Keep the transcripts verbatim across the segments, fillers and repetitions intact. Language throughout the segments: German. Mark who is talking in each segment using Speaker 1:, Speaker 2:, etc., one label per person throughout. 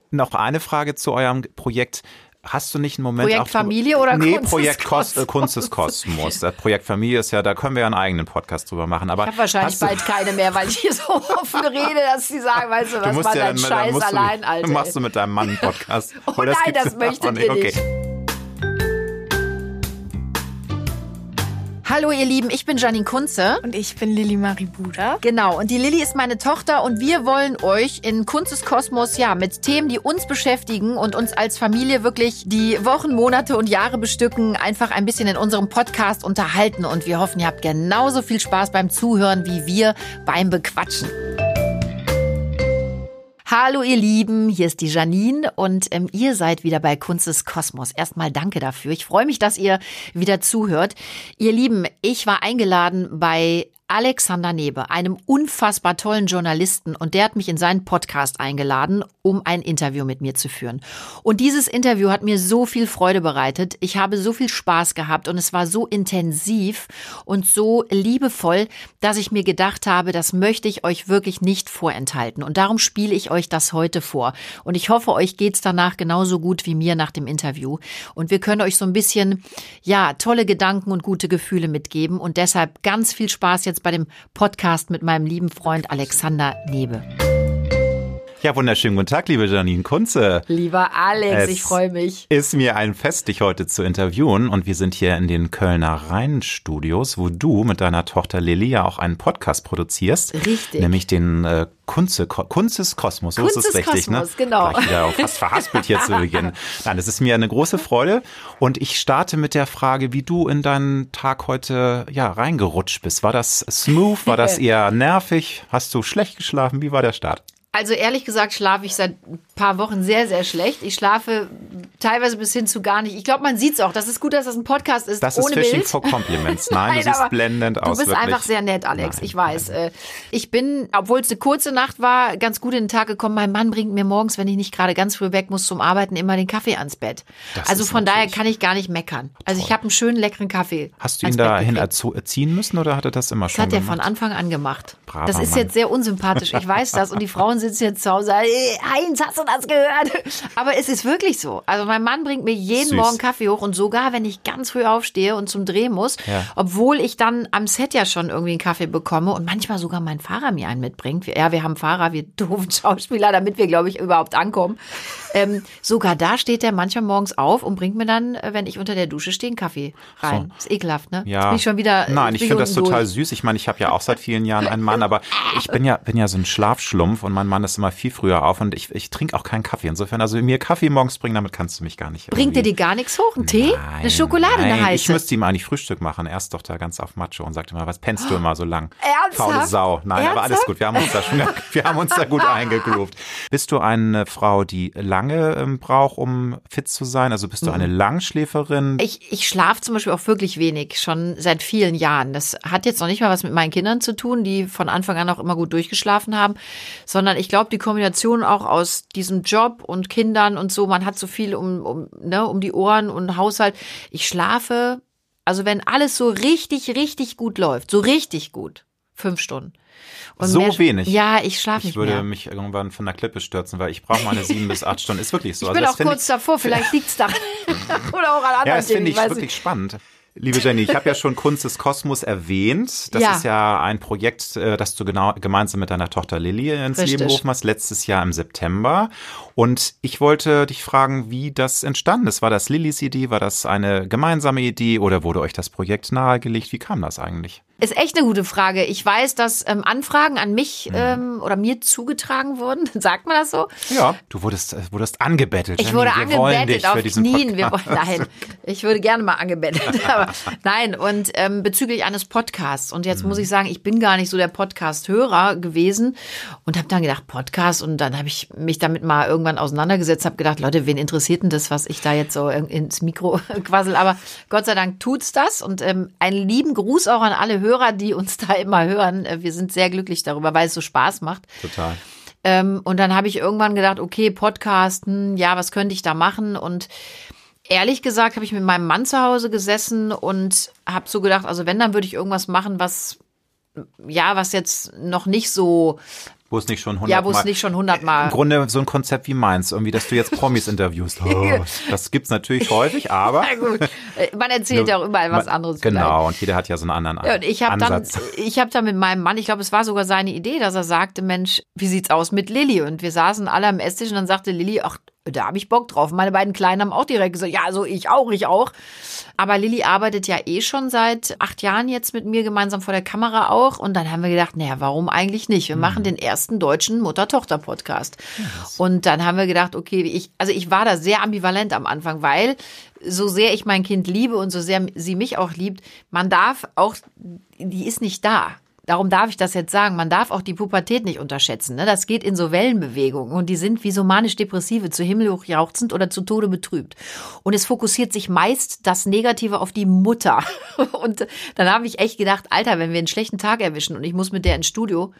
Speaker 1: Noch eine Frage zu eurem Projekt. Hast du nicht einen Moment
Speaker 2: Projekt
Speaker 1: auch
Speaker 2: Familie oder
Speaker 1: nee,
Speaker 2: Kunst
Speaker 1: Projekt
Speaker 2: des
Speaker 1: Kos-
Speaker 2: Kosmos?
Speaker 1: Kunst des Kosmos. Das Projekt Familie ist ja, da können wir ja einen eigenen Podcast drüber machen. Aber
Speaker 2: ich habe wahrscheinlich
Speaker 1: hast du-
Speaker 2: bald keine mehr, weil ich hier so offen rede, dass sie sagen, weißt du,
Speaker 1: Du
Speaker 2: was
Speaker 1: musst
Speaker 2: war
Speaker 1: ja
Speaker 2: dein
Speaker 1: dann, dann
Speaker 2: Scheiß
Speaker 1: musst du,
Speaker 2: allein, Alter.
Speaker 1: machst du mit deinem Mann einen Podcast.
Speaker 2: Oh
Speaker 1: Oder
Speaker 2: nein,
Speaker 1: gibt's
Speaker 2: das
Speaker 1: auch
Speaker 2: möchtet
Speaker 1: nicht.
Speaker 2: ihr
Speaker 1: Okay.
Speaker 2: nicht. Hallo ihr Lieben, ich bin Janine Kunze.
Speaker 3: Und ich bin Lilly Marie Buda.
Speaker 2: Genau, und die Lilly ist meine Tochter und wir wollen euch in Kunst des Kosmos ja mit Themen, die uns beschäftigen und uns als Familie wirklich die Wochen, Monate und Jahre bestücken, einfach ein bisschen in unserem Podcast unterhalten. Und wir hoffen, ihr habt genauso viel Spaß beim Zuhören wie wir beim Bequatschen. Hallo ihr Lieben, hier ist die Janine und ähm, ihr seid wieder bei Kunst des Kosmos. Erstmal danke dafür. Ich freue mich, dass ihr wieder zuhört. Ihr Lieben, ich war eingeladen bei Alexander Nebe, einem unfassbar tollen Journalisten, und der hat mich in seinen Podcast eingeladen, um ein Interview mit mir zu führen. Und dieses Interview hat mir so viel Freude bereitet. Ich habe so viel Spaß gehabt und es war so intensiv und so liebevoll, dass ich mir gedacht habe, das möchte ich euch wirklich nicht vorenthalten. Und darum spiele ich euch das heute vor. Und ich hoffe, euch geht's danach genauso gut wie mir nach dem Interview. Und wir können euch so ein bisschen, ja, tolle Gedanken und gute Gefühle mitgeben. Und deshalb ganz viel Spaß jetzt bei dem Podcast mit meinem lieben Freund Alexander Nebe.
Speaker 1: Ja, wunderschönen guten Tag, liebe Janine Kunze.
Speaker 2: Lieber Alex,
Speaker 1: Es
Speaker 2: ich freue mich.
Speaker 1: Ist mir ein Fest, dich heute zu interviewen, und wir sind hier in den Kölner Rheinstudios, wo du mit deiner Tochter Lilly ja auch einen Podcast produzierst.
Speaker 2: Richtig.
Speaker 1: Nämlich den äh, Kunze, Kunst des Kosmos, so
Speaker 2: Kunst
Speaker 1: ist es
Speaker 2: des
Speaker 1: richtig,
Speaker 2: Kosmos,
Speaker 1: ne?
Speaker 2: genau.
Speaker 1: Gleich wieder auch fast verhaspelt hier zu Beginn. Nein, das ist mir eine große Freude, und ich starte mit der Frage, wie du in deinen Tag heute ja reingerutscht bist. War das smooth? War das eher nervig? Hast du schlecht geschlafen? Wie war der Start?
Speaker 2: Also ehrlich gesagt schlafe ich seit ein paar Wochen sehr, sehr schlecht. Ich schlafe teilweise bis hin zu gar nicht. Ich glaube, man sieht es auch. Das ist gut, dass das ein Podcast ist,
Speaker 1: Das ist
Speaker 2: ohne
Speaker 1: Fishing
Speaker 2: Bild.
Speaker 1: for Compliments. Nein,
Speaker 2: Nein,
Speaker 1: du siehst
Speaker 2: aber
Speaker 1: blendend aus.
Speaker 2: Du bist
Speaker 1: wirklich.
Speaker 2: einfach sehr nett, Alex.
Speaker 1: Nein,
Speaker 2: ich weiß. Nein. Ich bin, obwohl es eine kurze Nacht war, ganz gut in den Tag gekommen. Mein Mann bringt mir morgens, wenn ich nicht gerade ganz früh weg muss zum Arbeiten, immer den Kaffee ans Bett.
Speaker 1: Das
Speaker 2: also
Speaker 1: ist
Speaker 2: von daher
Speaker 1: natürlich
Speaker 2: kann ich gar nicht meckern. Also ich habe einen schönen, leckeren Kaffee.
Speaker 1: Hast du
Speaker 2: ans
Speaker 1: ihn
Speaker 2: Bett
Speaker 1: dahin
Speaker 2: gekriegt.
Speaker 1: erzo- erziehen müssen, oder hat er das immer
Speaker 2: Das
Speaker 1: schon
Speaker 2: hat er
Speaker 1: gemacht?
Speaker 2: von Anfang an gemacht.
Speaker 1: Braver
Speaker 2: das ist
Speaker 1: Mann.
Speaker 2: jetzt sehr unsympathisch. Ich weiß das. Und die Frauen sitzen jetzt zu Hause und sagen, "Ey, Heinz, hast du das gehört?" Aber es ist wirklich so. Also mein Mann bringt mir jeden
Speaker 1: Süß.
Speaker 2: Morgen Kaffee hoch, und sogar, wenn ich ganz früh aufstehe und zum Dreh muss,
Speaker 1: Ja.
Speaker 2: obwohl ich dann am Set ja schon irgendwie einen Kaffee bekomme und manchmal sogar mein Fahrer mir einen mitbringt. Wir- Ja, wir haben Fahrer, wir doofen Schauspieler, damit wir, glaube ich, überhaupt ankommen. Ähm, sogar da steht der manchmal morgens auf und bringt mir dann, äh, wenn ich unter der Dusche stehe, einen Kaffee rein. Ist ekelhaft, ne?
Speaker 1: Ja.
Speaker 2: Jetzt bin ich schon wieder. äh,
Speaker 1: Nein,
Speaker 2: jetzt
Speaker 1: ich
Speaker 2: bin
Speaker 1: finde das
Speaker 2: unten
Speaker 1: total
Speaker 2: durch.
Speaker 1: süß. Ich meine, ich habe ja auch seit vielen Jahren einen Mann, aber ich bin ja bin ja so ein Schlafschlumpf, und mein Mann ist immer viel früher auf, und ich, ich trinke auch keinen Kaffee. Insofern, also mir Kaffee morgens bringen, damit kannst du mich gar nicht.
Speaker 2: Bringt dir
Speaker 1: irgendwie-
Speaker 2: die gar nichts hoch? Ein Tee?
Speaker 1: Nein,
Speaker 2: Eine Schokolade,
Speaker 1: nein,
Speaker 2: eine heiße?
Speaker 1: Ich müsste ihm eigentlich Frühstück machen. Er ist doch da ganz auf Macho und sagt immer, was pennst du immer so lang?
Speaker 2: Ernsthaft?
Speaker 1: Faule Sau. Nein, aber alles
Speaker 2: Ernsthaft?
Speaker 1: gut. Wir haben uns da schon, wir haben uns da gut eingegroovt. Bist du eine Frau, die lange ähm, braucht, um fit zu sein? Also bist du eine Langschläferin?
Speaker 2: Ich, ich schlafe zum Beispiel auch wirklich wenig, schon seit vielen Jahren. Das hat jetzt noch nicht mal was mit meinen Kindern zu tun, die von Anfang an auch immer gut durchgeschlafen haben, sondern ich glaube, die Kombination auch aus diesem Job und Kindern und so, man hat so viel um, um, ne, um die Ohren und Haushalt. Ich schlafe, also wenn alles so richtig, richtig gut läuft, so richtig gut, fünf Stunden. Und
Speaker 1: So
Speaker 2: mehr-
Speaker 1: wenig?
Speaker 2: Ja, ich schlafe
Speaker 1: Ich
Speaker 2: nicht
Speaker 1: würde
Speaker 2: mehr.
Speaker 1: mich irgendwann von der Klippe stürzen, weil ich brauche meine sieben bis acht Stunden. Ist wirklich so.
Speaker 2: Ich
Speaker 1: Also
Speaker 2: bin
Speaker 1: das
Speaker 2: auch
Speaker 1: finde
Speaker 2: kurz davor, vielleicht liegt's daran. Oder auch an anderen
Speaker 1: Ja, das finde
Speaker 2: Dingen,
Speaker 1: ich
Speaker 2: weiß
Speaker 1: wirklich spannend. Liebe Jenny, ich habe ja schon Kunst des Kosmos erwähnt. Das
Speaker 2: Ja.
Speaker 1: ist ja ein Projekt, äh, das du genau gemeinsam mit deiner Tochter Lilly ins
Speaker 2: Richtig.
Speaker 1: Leben gerufen hast, letztes Jahr im September. Und ich wollte dich fragen, wie das entstanden ist. War das Lillys Idee? War das eine gemeinsame Idee, oder wurde euch das Projekt nahegelegt? Wie kam das eigentlich?
Speaker 2: Ist echt eine gute Frage. Ich weiß, dass ähm, Anfragen an mich ähm, oder mir zugetragen wurden. Sagt man das so?
Speaker 1: Ja, du wurdest, äh, wurdest angebettelt.
Speaker 2: Ich
Speaker 1: Jenny.
Speaker 2: wurde
Speaker 1: Wir wollen
Speaker 2: angebettet
Speaker 1: dich
Speaker 2: auf
Speaker 1: für diesen
Speaker 2: Knien. Wir
Speaker 1: Podcast.
Speaker 2: wollen, nein, ich würde gerne mal angebettet. Aber nein, und ähm, bezüglich eines Podcasts. Und jetzt muss ich sagen, ich bin gar nicht so der Podcast-Hörer gewesen und habe dann gedacht, Podcast. Und dann habe ich mich damit mal irgendwann auseinandergesetzt, habe gedacht, Leute, wen interessiert denn das, was ich da jetzt so ins Mikro quassel? Aber Gott sei Dank tut's das. Und ähm, einen lieben Gruß auch an alle Hörer, die uns da immer hören. Wir sind sehr glücklich darüber, weil es so Spaß macht.
Speaker 1: Total.
Speaker 2: Ähm, und dann habe ich irgendwann gedacht, okay, Podcasten, ja, was könnte ich da machen? Und ehrlich gesagt habe ich mit meinem Mann zu Hause gesessen und habe so gedacht, also wenn, dann würde ich irgendwas machen, was, ja, was jetzt noch nicht so
Speaker 1: Wo es nicht schon hundert
Speaker 2: Ja, wo es nicht schon hundertmal.
Speaker 1: Im Grunde so ein Konzept wie meins, irgendwie, dass du jetzt Promis interviewst. Oh, das gibt's natürlich häufig, aber.
Speaker 2: Na gut. Man erzählt ja auch überall was anderes.
Speaker 1: Genau,
Speaker 2: vielleicht.
Speaker 1: Und jeder hat ja so einen anderen
Speaker 2: ja, und ich hab
Speaker 1: Ansatz.
Speaker 2: Dann, ich habe dann mit meinem Mann, ich glaube, es war sogar seine Idee, dass er sagte, Mensch, wie sieht's aus mit Lilly? Und wir saßen alle am Esstisch und dann sagte Lilly, ach, da habe ich Bock drauf. Meine beiden Kleinen haben auch direkt gesagt, ja, so ich auch, ich auch. Aber Lilly arbeitet ja eh schon seit acht Jahren jetzt mit mir gemeinsam vor der Kamera auch. Und dann haben wir gedacht, naja, warum eigentlich nicht? Wir mhm. machen den ersten deutschen Mutter-Tochter-Podcast. Yes. Und dann haben wir gedacht, okay, ich, also ich war da sehr ambivalent am Anfang, weil so sehr ich mein Kind liebe und so sehr sie mich auch liebt, man darf auch, die ist nicht da. Darum darf ich das jetzt sagen, man darf auch die Pubertät nicht unterschätzen. Ne? Das geht in so Wellenbewegungen und die sind wie so manisch-depressive, zu Himmel hoch jauchzend oder zu Tode betrübt. Und es fokussiert sich meist das Negative auf die Mutter. Und dann habe ich echt gedacht, Alter, wenn wir einen schlechten Tag erwischen und ich muss mit der ins Studio,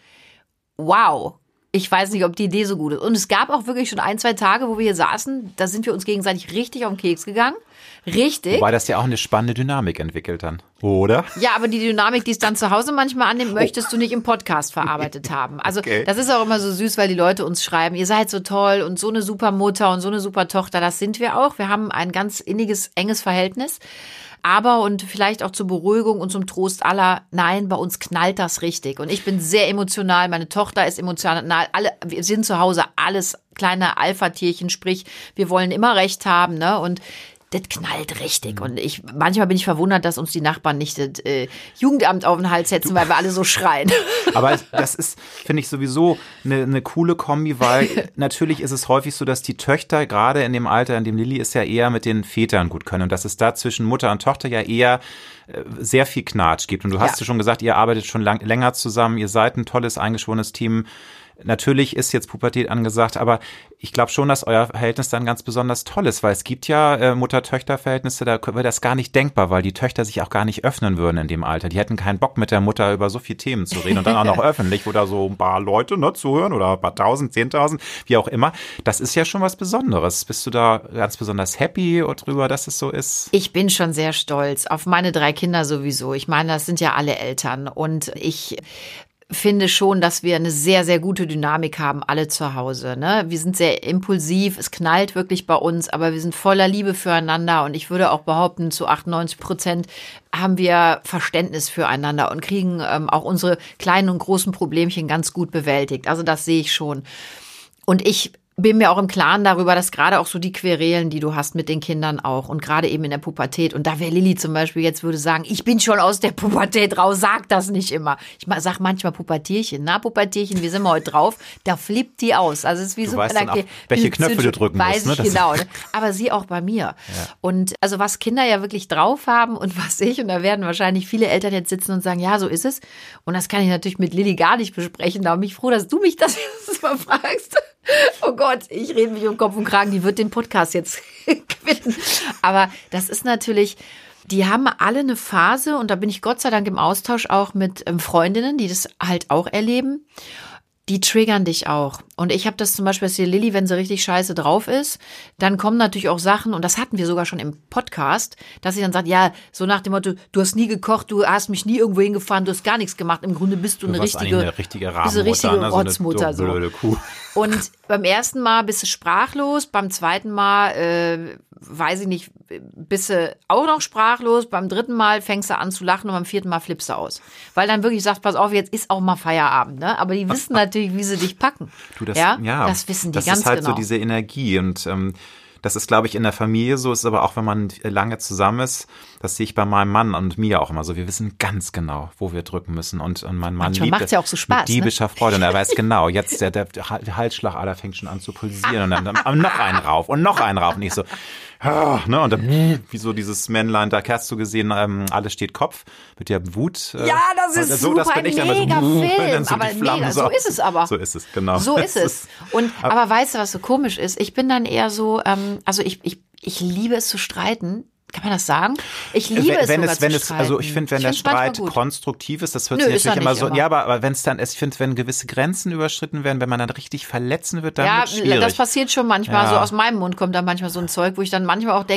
Speaker 2: wow. Ich weiß nicht, ob die Idee so gut ist. Und es gab auch wirklich schon ein, zwei Tage, wo wir hier saßen, da sind wir uns gegenseitig richtig auf den Keks gegangen. Richtig.
Speaker 1: Wobei das ja auch eine spannende Dynamik entwickelt dann, oder?
Speaker 2: Ja, aber die Dynamik, die es dann zu Hause manchmal annimmt, möchtest oh. du nicht im Podcast verarbeitet haben. Also okay. Das ist auch immer so süß, weil die Leute uns schreiben, ihr seid so toll und so eine super Mutter und so eine super Tochter. Das sind wir auch. Wir haben ein ganz inniges, enges Verhältnis. Aber und vielleicht auch zur Beruhigung und zum Trost aller, nein, bei uns knallt das richtig. Und ich bin sehr emotional, meine Tochter ist emotional, alle, wir sind zu Hause alles kleine Alpha-Tierchen, sprich, wir wollen immer Recht haben, ne? Und das knallt richtig. Und ich manchmal bin ich verwundert, dass uns die Nachbarn nicht das äh, Jugendamt auf den Hals setzen, weil wir alle so schreien.
Speaker 1: Aber das ist, finde ich, sowieso eine, eine coole Kombi, weil natürlich ist es häufig so, dass die Töchter, gerade in dem Alter, in dem Lilly ist, ja eher mit den Vätern gut können. Und dass es da zwischen Mutter und Tochter ja eher äh, sehr viel Knatsch gibt. Und du hast ja schon gesagt, ihr arbeitet schon lang, länger zusammen, ihr seid ein tolles, eingeschworenes Team. Natürlich ist jetzt Pubertät angesagt, aber ich glaube schon, dass euer Verhältnis dann ganz besonders toll ist, weil es gibt ja äh, Mutter-Töchter-Verhältnisse, da wäre das gar nicht denkbar, weil die Töchter sich auch gar nicht öffnen würden in dem Alter. Die hätten keinen Bock mit der Mutter über so viele Themen zu reden und dann auch noch öffentlich, wo da so ein paar Leute ne, zuhören oder ein paar tausend, zehntausend, wie auch immer. Das ist ja schon was Besonderes. Bist du da ganz besonders happy drüber, dass es so ist?
Speaker 2: Ich bin schon sehr stolz auf meine drei Kinder sowieso. Ich meine, das sind ja alle Eltern und ich finde schon, dass wir eine sehr, sehr gute Dynamik haben, alle zu Hause. Ne? Wir sind sehr impulsiv, es knallt wirklich bei uns, aber wir sind voller Liebe füreinander und ich würde auch behaupten, zu achtundneunzig Prozent haben wir Verständnis füreinander und kriegen ähm, auch unsere kleinen und großen Problemchen ganz gut bewältigt. Also das sehe ich schon. Und ich bin mir auch im Klaren darüber, dass gerade auch so die Querelen, die du hast mit den Kindern auch und gerade eben in der Pubertät und da wäre Lilly zum Beispiel jetzt würde sagen, ich bin schon aus der Pubertät raus, sag das nicht immer. Ich sag manchmal Pubertierchen, na Pubertierchen, wie sind wir heute drauf? Da flippt die aus. Also es ist wie
Speaker 1: du
Speaker 2: so
Speaker 1: weißt dann auch, welche Knöpfe du drücken
Speaker 2: weiß
Speaker 1: musst.
Speaker 2: Ich
Speaker 1: ne?
Speaker 2: genau. Ne? Aber sie auch bei mir. Ja. Und also was Kinder ja wirklich drauf haben und was ich, und da werden wahrscheinlich viele Eltern jetzt sitzen und sagen, ja, so ist es. Und das kann ich natürlich mit Lilly gar nicht besprechen. Da bin ich froh, dass du mich das jetzt mal fragst. Oh Gott, ich rede mich um Kopf und Kragen, die wird den Podcast jetzt quitten. Aber das ist natürlich, die haben alle eine Phase und da bin ich Gott sei Dank im Austausch auch mit ähm, Freundinnen, die das halt auch erleben. Die triggern dich auch. Und ich habe das zum Beispiel, dass die Lilly, wenn sie richtig scheiße drauf ist, dann kommen natürlich auch Sachen, und das hatten wir sogar schon im Podcast, dass sie dann sagt, ja, so nach dem Motto, du hast nie gekocht, du hast mich nie irgendwo hingefahren, du hast gar nichts gemacht. Im Grunde bist du, du eine richtige,
Speaker 1: eine richtige Rahmenmutter,
Speaker 2: bist eine richtige
Speaker 1: ne?
Speaker 2: Rotzmutter.
Speaker 1: So eine blöde Kuh.
Speaker 2: Und beim ersten Mal bist du sprachlos, beim zweiten Mal, äh, weiß ich nicht, bist du auch noch sprachlos, beim dritten Mal fängst du an zu lachen und beim vierten Mal flippst du aus. Weil dann wirklich sagst, pass auf, jetzt ist auch mal Feierabend. Ne? Aber die wissen natürlich, wie sie dich packen.
Speaker 1: Du, das,
Speaker 2: ja?
Speaker 1: ja,
Speaker 2: das wissen die
Speaker 1: das
Speaker 2: ganz
Speaker 1: ist halt
Speaker 2: genau.
Speaker 1: so diese Energie und ähm, das ist, glaube ich, in der Familie so, ist aber auch, wenn man lange zusammen ist, das sehe ich bei meinem Mann und mir auch immer so. Wir wissen ganz genau, wo wir drücken müssen. Und, und mein Mann
Speaker 2: Manchmal
Speaker 1: liebt
Speaker 2: macht's ja auch so Spaß,
Speaker 1: mit diebischer ne? Freude. Und er weiß genau, jetzt der, der Halsschlagader fängt schon an zu pulsieren. Und dann, dann noch einen rauf und noch einen rauf. Und ich so, oh, ne? Und dann, wie so dieses Männlein, da hast du gesehen, ähm, alles steht Kopf mit der Wut.
Speaker 2: Äh, ja, das ist so, super, ein mega so, Film. So aber mega, so ist es aber.
Speaker 1: So ist es, genau.
Speaker 2: So ist es. Und, aber, aber weißt du, was so komisch ist? Ich bin dann eher so, ähm, also ich, ich, ich liebe es zu streiten. Kann man das sagen? Ich liebe es
Speaker 1: wenn
Speaker 2: sogar
Speaker 1: es, wenn
Speaker 2: zu
Speaker 1: es,
Speaker 2: streiten.
Speaker 1: Also ich finde, wenn
Speaker 2: ich
Speaker 1: der
Speaker 2: find
Speaker 1: Streit konstruktiv ist, das hört
Speaker 2: Nö,
Speaker 1: sich natürlich immer so,
Speaker 2: immer.
Speaker 1: ja, aber, aber wenn es dann, ich finde, wenn gewisse Grenzen überschritten werden, wenn man dann richtig verletzen wird, dann
Speaker 2: ja,
Speaker 1: wird es schwierig.
Speaker 2: Das passiert schon manchmal,
Speaker 1: ja.
Speaker 2: so aus meinem Mund kommt dann manchmal so ein Zeug, wo ich dann manchmal auch denke,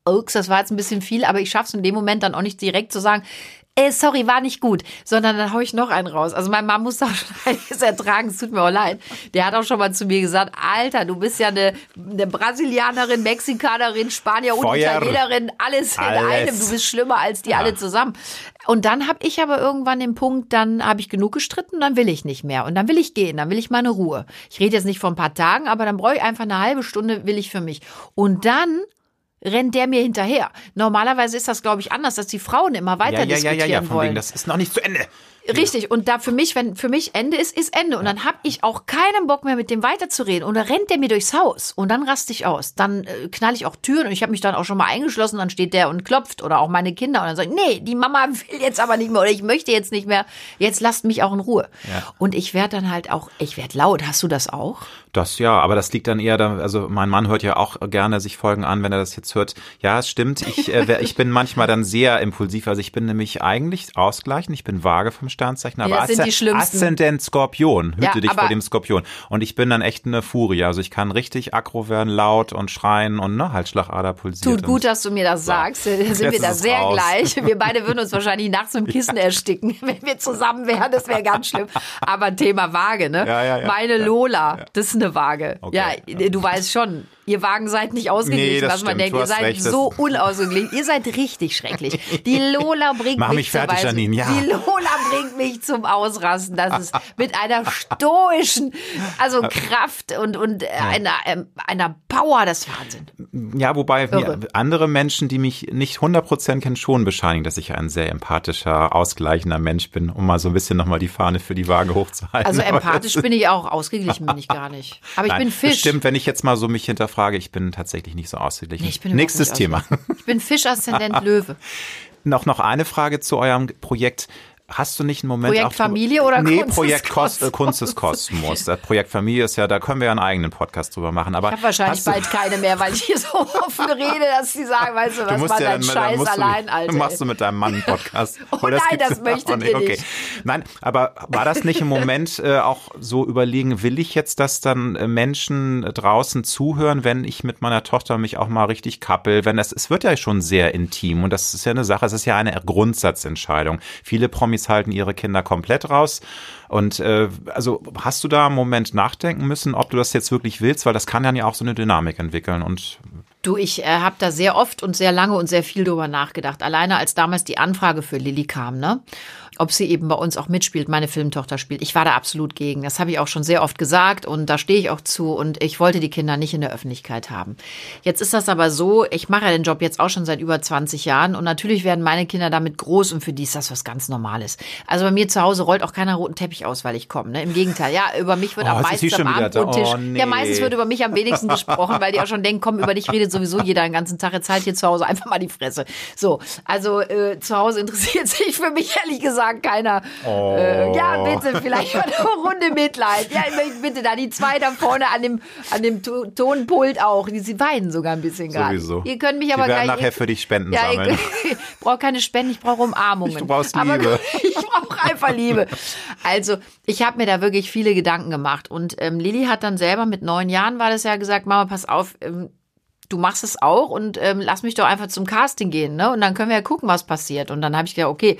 Speaker 2: ups, das war jetzt ein bisschen viel, aber ich schaff's in dem Moment dann auch nicht direkt zu sagen, Äh, sorry, war nicht gut, sondern dann hau ich noch einen raus. Also mein Mann muss auch schon einiges ertragen, es tut mir auch leid. Der hat auch schon mal zu mir gesagt, Alter, du bist ja eine, eine Brasilianerin, Mexikanerin, Spanier und
Speaker 1: Feuer.
Speaker 2: Italienerin, alles,
Speaker 1: alles
Speaker 2: in einem. Du bist schlimmer als die
Speaker 1: ja.
Speaker 2: alle zusammen. Und dann habe ich aber irgendwann den Punkt, dann habe ich genug gestritten, dann will ich nicht mehr. Und dann will ich gehen, dann will ich meine Ruhe. Ich rede jetzt nicht von ein paar Tagen, aber dann brauche ich einfach eine halbe Stunde, will ich für mich. Und dann rennt der mir hinterher. Normalerweise ist das, glaube ich, anders, dass die Frauen immer weiter
Speaker 1: ja, ja,
Speaker 2: diskutieren
Speaker 1: ja, ja, ja, von
Speaker 2: wollen.
Speaker 1: wegen, das ist noch nicht zu Ende.
Speaker 2: Richtig, und da für mich, wenn für mich Ende ist, ist Ende. Und dann habe ich auch keinen Bock mehr, mit dem weiterzureden. Und dann rennt der mir durchs Haus. Und dann raste ich aus. Dann äh, knall ich auch Türen. Und ich habe mich dann auch schon mal eingeschlossen. Dann steht der und klopft. Oder auch meine Kinder. Und dann sage ich, nee, die Mama will jetzt aber nicht mehr. Oder ich möchte jetzt nicht mehr. Jetzt lasst mich auch in Ruhe. Ja. Und ich werde dann halt auch, ich werde laut. Hast du das auch?
Speaker 1: Das ja, aber das liegt dann eher da, also mein Mann hört ja auch gerne sich Folgen an, wenn er das jetzt hört. Ja, es stimmt, ich, äh, ich bin manchmal dann sehr impulsiv, also ich bin nämlich eigentlich ausgleichend, ich bin vage vom Sternzeichen, aber
Speaker 2: ja, das sind die schlimmsten.
Speaker 1: Aszendent Skorpion, hüte
Speaker 2: ja,
Speaker 1: dich vor dem Skorpion. Und ich bin dann echt eine Furie, also ich kann richtig aggro werden, laut und schreien und ne, Halsschlagader pulsiert.
Speaker 2: Tut gut, dass du mir das so. sagst, da sind jetzt wir da sehr raus. Gleich. Wir beide würden uns wahrscheinlich nachts im Kissen ja. ersticken, wenn wir zusammen wären, das wäre ganz schlimm. Aber Thema Waage, ne?
Speaker 1: Ja, ja, ja.
Speaker 2: Meine Lola, ja. das ist eine Waage. Okay. Ja, du weißt schon, ihr Wagen seid nicht ausgeglichen,
Speaker 1: nee,
Speaker 2: was man denkt. Ihr seid recht, so unausgeglichen. Ihr seid richtig schrecklich. Die Lola bringt
Speaker 1: Mach
Speaker 2: mich,
Speaker 1: mich fertig,
Speaker 2: zum
Speaker 1: Janine, ja.
Speaker 2: Die Lola bringt mich zum Ausrasten. Das ist mit einer stoischen, also Kraft und, und ja. einer, einer Power, das ist Wahnsinn.
Speaker 1: Ja, wobei mir andere Menschen, die mich nicht hundert Prozent kennen, schon bescheinigen, dass ich ein sehr empathischer, ausgleichender Mensch bin, um mal so ein bisschen nochmal die Fahne für die Waage hochzuhalten.
Speaker 2: Also empathisch bin ich auch, ausgeglichen bin ich gar nicht. Aber ich
Speaker 1: Nein,
Speaker 2: bin Fisch.
Speaker 1: Stimmt, wenn ich jetzt mal so mich hinterfrage, ich bin tatsächlich nicht so ausgeglichen.
Speaker 2: Nee, ich bin
Speaker 1: Nächstes Thema.
Speaker 2: Ich bin Fisch-Aszendent Löwe.
Speaker 1: Noch, noch eine Frage zu eurem Projekt. Hast du nicht einen Moment...
Speaker 2: Projekt Familie oder
Speaker 1: nee,
Speaker 2: Kunst des
Speaker 1: Projekt
Speaker 2: Kosmos?
Speaker 1: Äh, Kunst des Kosmos. Das Projekt Familie ist ja, da können wir ja einen eigenen Podcast drüber machen. Aber
Speaker 2: ich habe wahrscheinlich bald keine mehr, weil ich hier so offen rede, dass sie sagen, weißt du, was
Speaker 1: du
Speaker 2: war
Speaker 1: ja,
Speaker 2: dein Scheiß
Speaker 1: du,
Speaker 2: allein, Alter.
Speaker 1: Machst du mit deinem Mann einen Podcast.
Speaker 2: oh nein, das, das möchtet ihr
Speaker 1: okay.
Speaker 2: nicht.
Speaker 1: Nein, aber war das nicht im Moment äh, auch so überlegen, will ich jetzt, dass dann äh, Menschen draußen zuhören, wenn ich mit meiner Tochter mich auch mal richtig kappel, wenn das, es wird ja schon sehr intim und das ist ja eine Sache, es ist ja eine Grundsatzentscheidung. Viele Promis halten ihre Kinder komplett raus. Und äh, also hast du da einen Moment nachdenken müssen, ob du das jetzt wirklich willst, weil das kann ja auch so eine Dynamik entwickeln und
Speaker 2: Du, ich äh, habe da sehr oft und sehr lange und sehr viel drüber nachgedacht. Alleine als damals die Anfrage für Lilly kam, ne? Ob sie eben bei uns auch mitspielt, meine Filmtochter spielt. Ich war da absolut gegen. Das habe ich auch schon sehr oft gesagt und da stehe ich auch zu und ich wollte die Kinder nicht in der Öffentlichkeit haben. Jetzt ist das aber so, ich mache ja den Job jetzt auch schon seit über zwanzig Jahren und natürlich werden meine Kinder damit groß und für die ist das was ganz Normales. Also bei mir zu Hause rollt auch keiner roten Teppich aus, weil ich komme, ne? Im Gegenteil, ja, über mich wird
Speaker 1: oh,
Speaker 2: am meisten am Abendbrottisch.
Speaker 1: Oh, nee.
Speaker 2: Ja, meistens wird über mich am wenigsten gesprochen, weil die auch schon denken, komm, über dich redet sowieso jeder den ganzen Tag, jetzt halt hier zu Hause einfach mal die Fresse. So, also äh, zu Hause interessiert sich für mich ehrlich gesagt keiner.
Speaker 1: Oh.
Speaker 2: Äh, ja, bitte, vielleicht mal eine Runde Mitleid. Ja, bitte, da die zwei da vorne an dem, an dem to- Tonpult auch. Die, sie weinen sogar ein bisschen gerade.
Speaker 1: Sowieso.
Speaker 2: Ihr könnt mich aber
Speaker 1: die werden
Speaker 2: gleich,
Speaker 1: nachher für dich Spenden
Speaker 2: ja,
Speaker 1: sammeln.
Speaker 2: Ich brauche keine Spenden, ich brauche Umarmungen.
Speaker 1: Du brauchst
Speaker 2: aber
Speaker 1: Liebe.
Speaker 2: Ich brauche einfach Liebe. Also, ich habe mir da wirklich viele Gedanken gemacht. Und ähm, Lilly hat dann selber mit neun Jahren, war das ja gesagt, Mama, pass auf, ähm, du machst es auch und ähm, lass mich doch einfach zum Casting gehen, ne? Und dann können wir ja gucken, was passiert. Und dann habe ich gedacht, okay,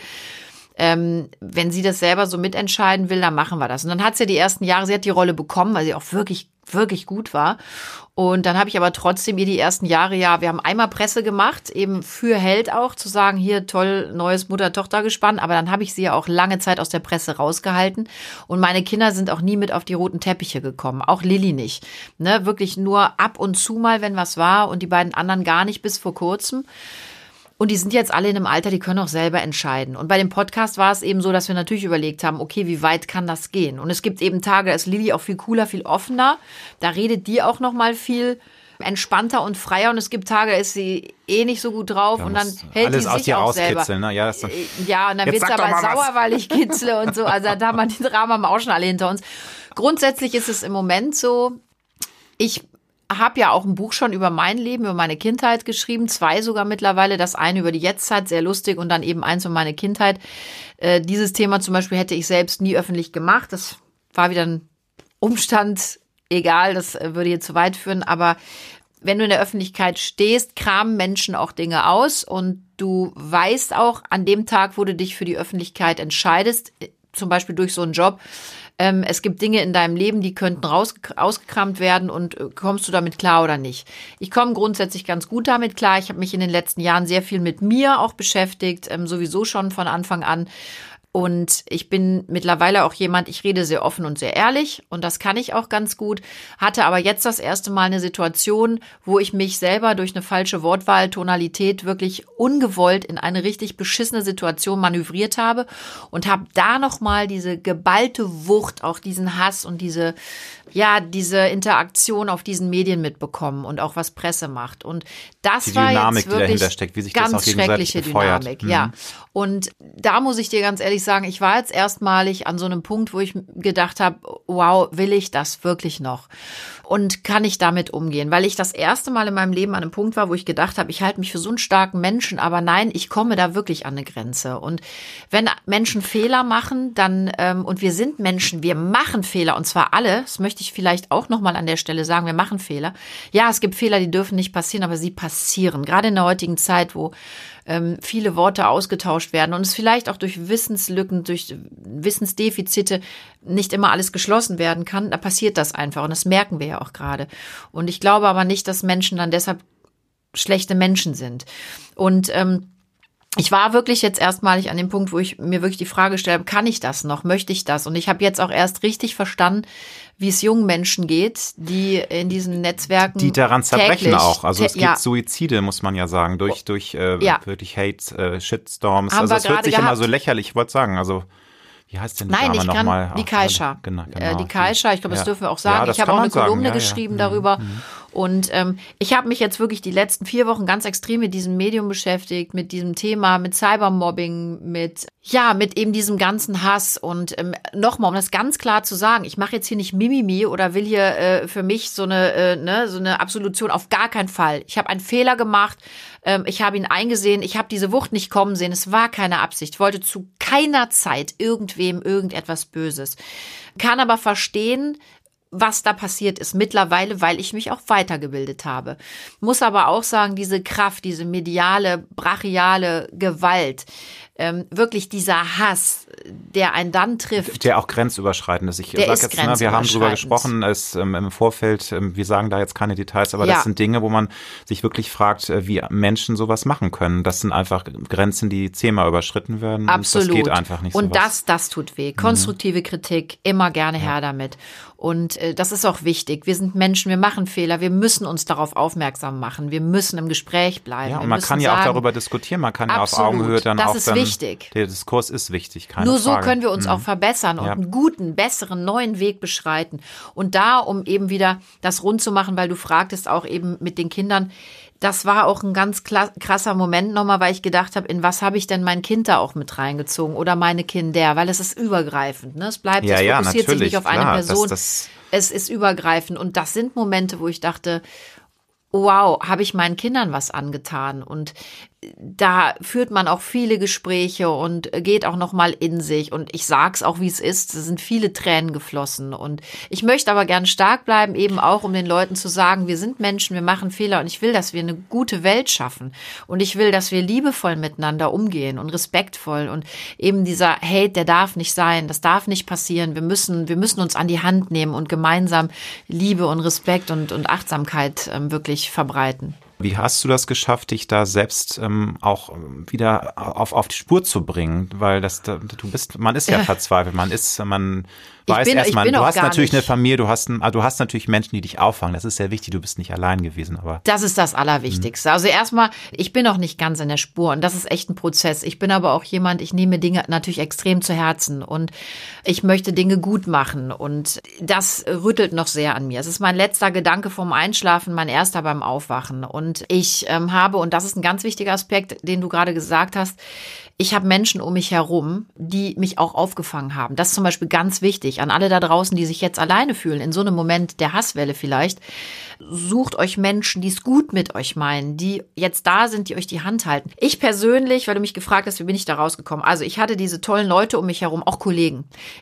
Speaker 2: ähm, wenn sie das selber so mitentscheiden will, dann machen wir das. Und dann hat sie ja die ersten Jahre, sie hat die Rolle bekommen, weil sie auch wirklich, wirklich gut war. Und dann habe ich aber trotzdem ihr die ersten Jahre, ja, wir haben einmal Presse gemacht, eben für Held auch, zu sagen, hier, toll, neues Mutter-Tochter-Gespann. Aber dann habe ich sie ja auch lange Zeit aus der Presse rausgehalten. Und meine Kinder sind auch nie mit auf die roten Teppiche gekommen. Auch Lilly nicht. Ne, wirklich nur ab und zu mal, wenn was war. Und die beiden anderen gar nicht bis vor kurzem. Und die sind jetzt alle in einem Alter, die können auch selber entscheiden. Und bei dem Podcast war es eben so, dass wir natürlich überlegt haben, okay, wie weit kann das gehen? Und es gibt eben Tage, da ist Lilly auch viel cooler, viel offener. Da redet die auch noch mal viel entspannter und freier. Und es gibt Tage, da ist sie eh nicht so gut drauf. Da und dann hält
Speaker 1: alles
Speaker 2: die
Speaker 1: aus
Speaker 2: sich
Speaker 1: dir
Speaker 2: auch selber.
Speaker 1: Ne? Ja, das
Speaker 2: ja, und dann wird sie aber sauer, was. Weil ich kitzle und so. Also da haben wir die Drama auch schon alle hinter uns. Grundsätzlich ist es im Moment so, ich habe ja auch ein Buch schon über mein Leben, über meine Kindheit geschrieben, zwei sogar mittlerweile, das eine über die Jetztzeit, sehr lustig, und dann eben eins über meine Kindheit. Äh, dieses Thema zum Beispiel hätte ich selbst nie öffentlich gemacht, das war wieder ein Umstand, egal, das würde hier zu weit führen, aber wenn du in der Öffentlichkeit stehst, kramen Menschen auch Dinge aus und du weißt auch an dem Tag, wo du dich für die Öffentlichkeit entscheidest, zum Beispiel durch so einen Job, ähm, es gibt Dinge in deinem Leben, die könnten raus, ausgekramt werden und äh, kommst du damit klar oder nicht? Ich komme grundsätzlich ganz gut damit klar. Ich habe mich in den letzten Jahren sehr viel mit mir auch beschäftigt, ähm, sowieso schon von Anfang an. Und ich bin mittlerweile auch jemand, ich rede sehr offen und sehr ehrlich und das kann ich auch ganz gut, hatte aber jetzt das erste Mal eine Situation, wo ich mich selber durch eine falsche Wortwahl, Tonalität wirklich ungewollt in eine richtig beschissene Situation manövriert habe und habe da nochmal diese geballte Wucht, auch diesen Hass und diese, ja, diese Interaktion auf diesen Medien mitbekommen und auch was Presse macht. Und das
Speaker 1: die
Speaker 2: war
Speaker 1: Dynamik,
Speaker 2: jetzt wirklich
Speaker 1: die dahinter steckt, wie sich
Speaker 2: ganz
Speaker 1: das auch gegenseitig
Speaker 2: schreckliche
Speaker 1: befeuert.
Speaker 2: Dynamik,
Speaker 1: Mhm.
Speaker 2: ja. Und da muss ich dir ganz ehrlich sagen, ich war jetzt erstmalig an so einem Punkt, wo ich gedacht habe, wow, will ich das wirklich noch? Und kann ich damit umgehen? Weil ich das erste Mal in meinem Leben an einem Punkt war, wo ich gedacht habe, ich halte mich für so einen starken Menschen, aber nein, ich komme da wirklich an eine Grenze. Und wenn Menschen Fehler machen, dann, ähm, und wir sind Menschen, wir machen Fehler, und zwar alle, das möchte ich vielleicht auch nochmal an der Stelle sagen, wir machen Fehler. Ja, es gibt Fehler, die dürfen nicht passieren, aber sie passieren. Gerade in der heutigen Zeit, wo ähm, viele Worte ausgetauscht werden und es vielleicht auch durch Wissenslücken, durch Wissensdefizite nicht immer alles geschlossen werden kann, da passiert das einfach und das merken wir ja auch gerade. Und ich glaube aber nicht, dass Menschen dann deshalb schlechte Menschen sind. Und ähm, ich war wirklich jetzt erstmalig an dem Punkt, wo ich mir wirklich die Frage stelle, kann ich das noch? Möchte ich das? Und ich habe jetzt auch erst richtig verstanden, wie es jungen Menschen geht, die in diesen Netzwerken
Speaker 1: die daran zerbrechen
Speaker 2: täglich,
Speaker 1: auch. Also es
Speaker 2: tä-
Speaker 1: gibt
Speaker 2: ja.
Speaker 1: Suizide, muss man ja sagen, durch durch äh,
Speaker 2: Ja.
Speaker 1: wirklich Hate, äh, Shitstorms.
Speaker 2: Haben
Speaker 1: also
Speaker 2: wir
Speaker 1: es hört
Speaker 2: gerade
Speaker 1: sich immer
Speaker 2: gehabt.
Speaker 1: so lächerlich, ich wollte sagen, also wie heißt denn die
Speaker 2: Nein,
Speaker 1: Dame
Speaker 2: ich kann
Speaker 1: nochmal?
Speaker 2: die Kaisha.
Speaker 1: Genau, genau.
Speaker 2: Äh, die Kaisha, ich glaube, das
Speaker 1: Ja.
Speaker 2: dürfen wir auch
Speaker 1: Ja,
Speaker 2: sagen.
Speaker 1: das
Speaker 2: ich habe
Speaker 1: kann
Speaker 2: auch
Speaker 1: man
Speaker 2: eine
Speaker 1: sagen.
Speaker 2: Kolumne
Speaker 1: Ja, ja.
Speaker 2: geschrieben
Speaker 1: Mhm.
Speaker 2: darüber. Und ähm, ich habe mich jetzt wirklich die letzten vier Wochen ganz extrem mit diesem Medium beschäftigt, mit diesem Thema, mit Cybermobbing, mit ja, mit eben diesem ganzen Hass. Und ähm, nochmal, um das ganz klar zu sagen, ich mache jetzt hier nicht Mimimi oder will hier äh, für mich so eine, äh, ne, so eine Absolution, auf gar keinen Fall. Ich habe einen Fehler gemacht, ähm, ich habe ihn eingesehen, ich habe diese Wucht nicht kommen sehen, es war keine Absicht. Ich wollte zu keiner Zeit irgendwem irgendetwas Böses. Kann aber verstehen, was da passiert ist mittlerweile, weil ich mich auch weitergebildet habe. Muss aber auch sagen, diese Kraft, diese mediale, brachiale Gewalt, ähm, wirklich dieser Hass, der einen dann trifft.
Speaker 1: Der auch grenzüberschreitend ist. Ich
Speaker 2: Der
Speaker 1: sag
Speaker 2: ist
Speaker 1: jetzt, ne, wir haben drüber
Speaker 2: grenzüberschreitend.
Speaker 1: gesprochen, es ähm, im Vorfeld, ähm, wir sagen da jetzt keine Details, aber
Speaker 2: Ja.
Speaker 1: das sind Dinge, wo man sich wirklich fragt, äh, wie Menschen sowas machen können. Das sind einfach Grenzen, die zehnmal überschritten werden.
Speaker 2: Absolut.
Speaker 1: Und das geht einfach nicht.
Speaker 2: Und
Speaker 1: sowas.
Speaker 2: das, das tut weh. Konstruktive mhm. Kritik, immer gerne ja. her damit. Und äh, das ist auch wichtig. Wir sind Menschen, wir machen Fehler, wir müssen uns darauf aufmerksam machen. Wir müssen im Gespräch bleiben.
Speaker 1: Ja, und
Speaker 2: wir
Speaker 1: man kann ja
Speaker 2: sagen,
Speaker 1: auch darüber diskutieren, man kann
Speaker 2: absolut,
Speaker 1: ja auf Augenhöhe dann
Speaker 2: das
Speaker 1: auch
Speaker 2: ist
Speaker 1: dann,
Speaker 2: wichtig.
Speaker 1: Der Diskurs ist wichtig, keine
Speaker 2: Nur
Speaker 1: Frage.
Speaker 2: so können wir uns
Speaker 1: mhm.
Speaker 2: auch verbessern und
Speaker 1: Ja.
Speaker 2: einen guten, besseren, neuen Weg beschreiten. Und da, um eben wieder das rund zu machen, weil du fragtest auch eben mit den Kindern, das war auch ein ganz krasser Moment nochmal, weil ich gedacht habe, in was habe ich denn mein Kind da auch mit reingezogen oder meine Kinder, weil es ist übergreifend. Ne? Es bleibt,
Speaker 1: ja,
Speaker 2: es
Speaker 1: ja,
Speaker 2: fokussiert sich nicht auf
Speaker 1: klar,
Speaker 2: eine Person.
Speaker 1: Das, das
Speaker 2: es ist übergreifend. Und das sind Momente, wo ich dachte, wow, habe ich meinen Kindern was angetan? Und da führt man auch viele Gespräche und geht auch noch mal in sich. Und ich sag's auch, wie es ist. Es sind viele Tränen geflossen. Und ich möchte aber gern stark bleiben, eben auch, um den Leuten zu sagen, wir sind Menschen, wir machen Fehler. Und ich will, dass wir eine gute Welt schaffen. Und ich will, dass wir liebevoll miteinander umgehen und respektvoll. Und eben dieser Hate, der darf nicht sein. Das darf nicht passieren. Wir müssen, wir müssen uns an die Hand nehmen und gemeinsam Liebe und Respekt und, und Achtsamkeit ähm, wirklich verbreiten.
Speaker 1: Wie hast du das geschafft, dich da selbst ähm, auch wieder auf, auf die Spur zu bringen? Weil das, da, du bist, man ist ja verzweifelt, man ist, man weiß
Speaker 2: bin-
Speaker 1: erstmal,
Speaker 2: ich bin
Speaker 1: du
Speaker 2: auch
Speaker 1: hast
Speaker 2: gar
Speaker 1: natürlich
Speaker 2: nicht.
Speaker 1: eine Familie, du hast, ein, du hast natürlich Menschen, die dich auffangen. Das ist sehr wichtig, du bist nicht allein gewesen, aber.
Speaker 2: Das ist das Allerwichtigste. Also erstmal, ich bin noch nicht ganz in der Spur und das ist echt ein Prozess. Ich bin aber auch jemand, ich nehme Dinge natürlich extrem zu Herzen und ich möchte Dinge gut machen und das rüttelt noch sehr an mir. Es ist mein letzter Gedanke vorm Einschlafen, mein erster beim Aufwachen und ich ähm, habe, und das ist ein ganz wichtiger Aspekt, den du gerade gesagt hast, ich habe Menschen um mich herum, die mich auch aufgefangen haben. Das ist zum Beispiel ganz wichtig an alle da draußen, die sich jetzt alleine fühlen, in so einem Moment der Hasswelle vielleicht. Sucht euch Menschen, die es gut mit euch meinen, die jetzt da sind, die euch die Hand halten. Ich persönlich, weil du mich gefragt hast, wie bin ich da rausgekommen? Also ich hatte diese tollen Leute um mich herum, auch Kollegen. Ich habe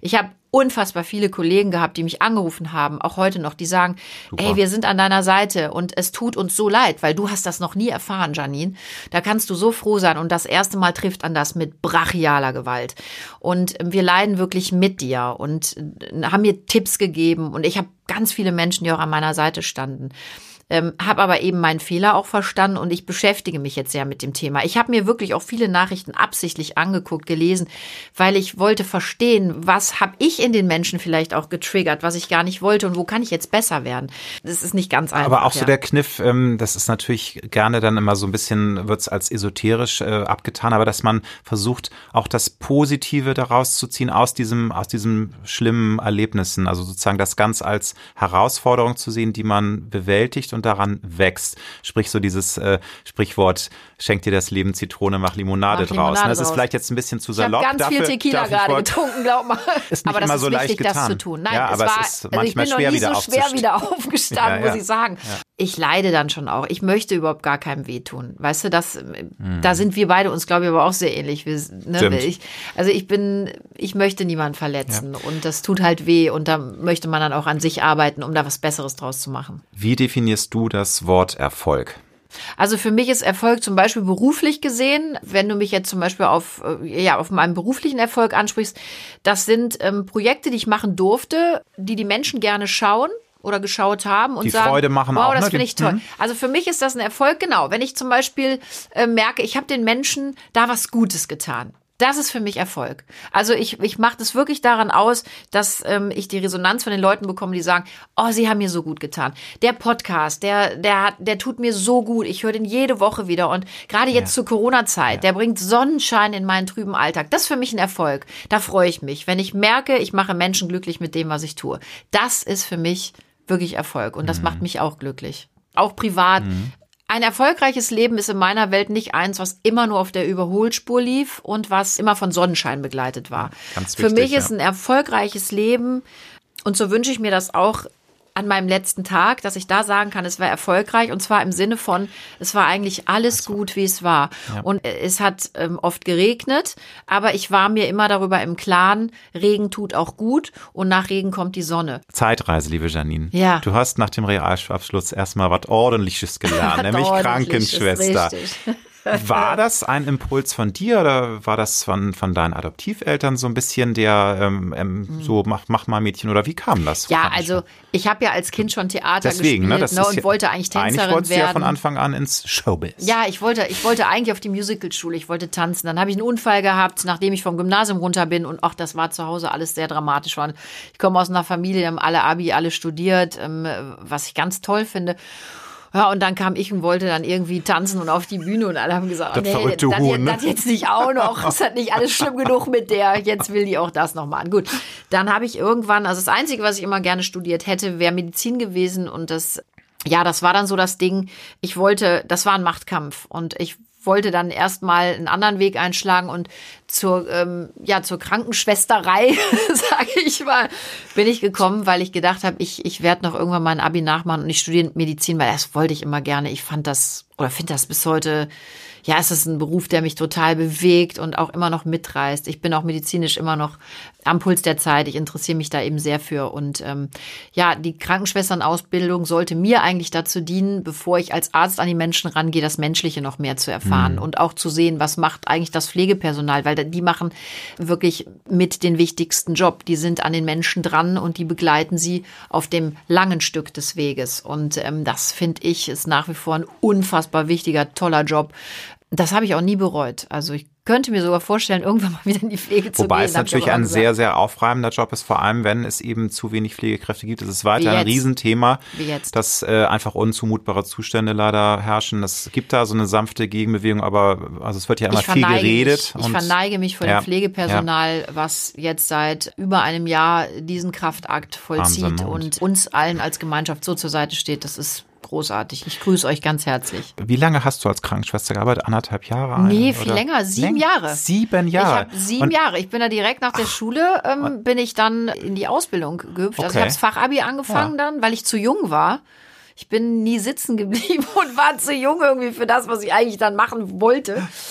Speaker 2: unfassbar viele Kollegen gehabt, die mich angerufen haben, auch heute noch, die sagen,
Speaker 1: Super.
Speaker 2: ey, wir sind an deiner Seite und es tut uns so leid, weil du hast das noch nie erfahren, Janine. Da kannst du so froh sein und das erste Mal trifft an das mit brachialer Gewalt. Und wir leiden wirklich mit dir und haben mir Tipps gegeben und ich habe ganz viele Menschen, die auch an meiner Seite standen. Ähm, habe aber eben meinen Fehler auch verstanden und ich beschäftige mich jetzt sehr mit dem Thema. Ich habe mir wirklich auch viele Nachrichten absichtlich angeguckt, gelesen, weil ich wollte verstehen, was habe ich in den Menschen vielleicht auch getriggert, was ich gar nicht wollte und wo kann ich jetzt besser werden. Das ist nicht ganz einfach.
Speaker 1: Aber auch so
Speaker 2: ja.
Speaker 1: der Kniff, ähm, das ist natürlich gerne dann immer so ein bisschen, wird es als esoterisch äh, abgetan, aber dass man versucht, auch das Positive daraus zu ziehen aus diesem, aus diesem schlimmen Erlebnissen, also sozusagen das ganz als Herausforderung zu sehen, die man bewältigt und daran wächst. Sprich so dieses äh, Sprichwort, schenk dir das Leben Zitrone, mach Limonade,
Speaker 2: Mach
Speaker 1: draus.
Speaker 2: Limonade
Speaker 1: Das ist
Speaker 2: draus.
Speaker 1: vielleicht jetzt ein bisschen zu
Speaker 2: Ich habe
Speaker 1: salopp.
Speaker 2: ganz
Speaker 1: Dafür,
Speaker 2: viel Tequila gerade getrunken, glaub mal.
Speaker 1: Ist nicht
Speaker 2: aber das
Speaker 1: immer
Speaker 2: ist
Speaker 1: so leicht
Speaker 2: wichtig, das
Speaker 1: getan.
Speaker 2: zu tun. Nein,
Speaker 1: Ja,
Speaker 2: es
Speaker 1: aber
Speaker 2: war,
Speaker 1: es ist
Speaker 2: also ich
Speaker 1: manchmal
Speaker 2: bin noch
Speaker 1: schwer
Speaker 2: nie
Speaker 1: wieder
Speaker 2: so schwer
Speaker 1: aufzustehen.
Speaker 2: wieder aufgestanden,
Speaker 1: Ja, ja.
Speaker 2: muss ich sagen.
Speaker 1: Ja.
Speaker 2: Ich leide dann schon auch. Ich möchte überhaupt gar keinem wehtun. Weißt du, das, hm. da sind wir beide uns, glaube ich, aber auch sehr ähnlich. Wir, ne,
Speaker 1: Stimmt.
Speaker 2: ich, also ich bin, ich möchte niemanden verletzen ja. und das tut halt weh und da möchte man dann auch an sich arbeiten, um da was Besseres draus zu machen.
Speaker 1: Wie definierst du das Wort Erfolg?
Speaker 2: Also für mich ist Erfolg zum Beispiel beruflich gesehen, wenn du mich jetzt zum Beispiel auf, ja, auf meinen beruflichen Erfolg ansprichst, das sind ähm, Projekte, die ich machen durfte, die die Menschen gerne schauen oder geschaut haben und
Speaker 1: die
Speaker 2: sagen,
Speaker 1: Freude machen
Speaker 2: wow,
Speaker 1: auch,
Speaker 2: das
Speaker 1: ne?
Speaker 2: finde ich toll.
Speaker 1: Mhm.
Speaker 2: Also für mich ist das ein Erfolg, genau. Wenn ich zum Beispiel äh, merke, ich habe den Menschen da was Gutes getan. Das ist für mich Erfolg. Also ich, ich mache das wirklich daran aus, dass ähm, ich die Resonanz von den Leuten bekomme, die sagen, oh, sie haben mir so gut getan. Der Podcast, der, der, hat, der tut mir so gut. Ich höre den jede Woche wieder. Und gerade jetzt
Speaker 1: Ja.
Speaker 2: zur Corona-Zeit,
Speaker 1: Ja.
Speaker 2: der bringt Sonnenschein in meinen trüben Alltag. Das ist für mich ein Erfolg. Da freue ich mich, wenn ich merke, ich mache Menschen glücklich mit dem, was ich tue. Das ist für mich wirklich Erfolg. Und das
Speaker 1: Mhm.
Speaker 2: macht mich auch glücklich. Auch privat.
Speaker 1: Mhm.
Speaker 2: Ein erfolgreiches Leben ist in meiner Welt nicht eins, was immer nur auf der Überholspur lief und was immer von Sonnenschein begleitet war.
Speaker 1: Ganz
Speaker 2: Für
Speaker 1: wichtig,
Speaker 2: mich ist
Speaker 1: ja.
Speaker 2: ein erfolgreiches Leben, und so wünsche ich mir das auch an meinem letzten Tag, dass ich da sagen kann, es war erfolgreich, und zwar im Sinne von, es war eigentlich alles gut, wie es war.
Speaker 1: Ja.
Speaker 2: Und es hat ähm, oft geregnet, aber ich war mir immer darüber im Klaren, Regen tut auch gut und nach Regen kommt die Sonne.
Speaker 1: Zeitreise, liebe Janine.
Speaker 2: Ja.
Speaker 1: Du hast nach dem Realschulabschluss erstmal was Ordentliches gelernt,
Speaker 2: Was
Speaker 1: nämlich
Speaker 2: Ordentliches,
Speaker 1: Krankenschwester.
Speaker 2: richtig.
Speaker 1: War das ein Impuls von dir oder war das von, von deinen Adoptiveltern so ein bisschen der, ähm, ähm, so mach, mach mal Mädchen, oder wie kam das?
Speaker 2: Ja, also ich habe ja als Kind schon Theater
Speaker 1: Deswegen,
Speaker 2: gespielt
Speaker 1: ne, das
Speaker 2: ne,
Speaker 1: ist
Speaker 2: und
Speaker 1: ja,
Speaker 2: wollte eigentlich Tänzerin
Speaker 1: eigentlich wolltest
Speaker 2: werden.
Speaker 1: du ja von Anfang an ins Showbiz.
Speaker 2: Ja, ich wollte, ich wollte eigentlich auf die Musicalschule, ich wollte tanzen. Dann habe ich einen Unfall gehabt, nachdem ich vom Gymnasium runter bin, und auch das war zu Hause alles sehr dramatisch. Ich komme aus einer Familie, die haben alle Abi, alle studiert, ähm, was ich ganz toll finde. Ja, und dann kam ich und wollte dann irgendwie tanzen und auf die Bühne, und alle haben gesagt, oh,
Speaker 1: Das
Speaker 2: nee,
Speaker 1: verrückte
Speaker 2: das,
Speaker 1: Huhn, ne?
Speaker 2: das jetzt nicht auch noch, ist halt nicht alles schlimm genug mit der, jetzt will die auch das noch machen. Gut, dann habe ich irgendwann, also das Einzige, was ich immer gerne studiert hätte, wäre Medizin gewesen, und das, ja, das war dann so das Ding, ich wollte, das war ein Machtkampf, und ich wollte dann erstmal einen anderen Weg einschlagen, und zur, ähm, ja, zur Krankenschwesterei, sage ich mal, bin ich gekommen, weil ich gedacht habe, ich, ich werde noch irgendwann mal ein Abi nachmachen und ich studiere Medizin, weil das wollte ich immer gerne. Ich fand das, oder finde das bis heute, ja, es ist ein Beruf, der mich total bewegt und auch immer noch mitreißt. Ich bin auch medizinisch immer noch am Puls der Zeit. Ich interessiere mich da eben sehr für. Und ähm, ja, die Krankenschwesternausbildung sollte mir eigentlich dazu dienen, bevor ich als Arzt an die Menschen rangehe, das Menschliche noch mehr zu erfahren mhm. und auch zu sehen, was macht eigentlich das Pflegepersonal, weil die machen wirklich mit den wichtigsten Job. Die sind an den Menschen dran und die begleiten sie auf dem langen Stück des Weges. Und ähm, das, finde ich, ist nach wie vor ein unfassbar wichtiger, toller Job. Das habe ich auch nie bereut. Also ich könnte mir sogar vorstellen, irgendwann mal wieder in die Pflege zu
Speaker 1: Wobei
Speaker 2: gehen.
Speaker 1: es natürlich ein sehr, sehr aufreibender Job ist, vor allem wenn es eben zu wenig Pflegekräfte gibt. Es ist weiter ein Riesenthema, dass äh, einfach unzumutbare Zustände leider herrschen. Es gibt da so eine sanfte Gegenbewegung, aber also es wird ja immer viel geredet.
Speaker 2: Mich, ich verneige mich vor ja, dem Pflegepersonal, ja. was jetzt seit über einem Jahr diesen Kraftakt vollzieht Wahnsinn, und, und uns allen als Gemeinschaft so zur Seite steht. Das ist großartig. Ich grüße euch ganz herzlich.
Speaker 1: Wie lange hast du als Krankenschwester gearbeitet? Anderthalb Jahre?
Speaker 2: Nee, viel länger. Sieben
Speaker 1: Läng-
Speaker 2: Jahre.
Speaker 1: Sieben Jahre?
Speaker 2: Ich habe sieben und Jahre. Ich bin da direkt nach der Ach. Schule, ähm, bin ich dann in die Ausbildung gehüpft. Okay. Also ich habe das Fachabi angefangen ja. dann, weil ich zu jung war. Ich bin nie sitzen geblieben und war zu jung irgendwie für das, was ich eigentlich dann machen wollte.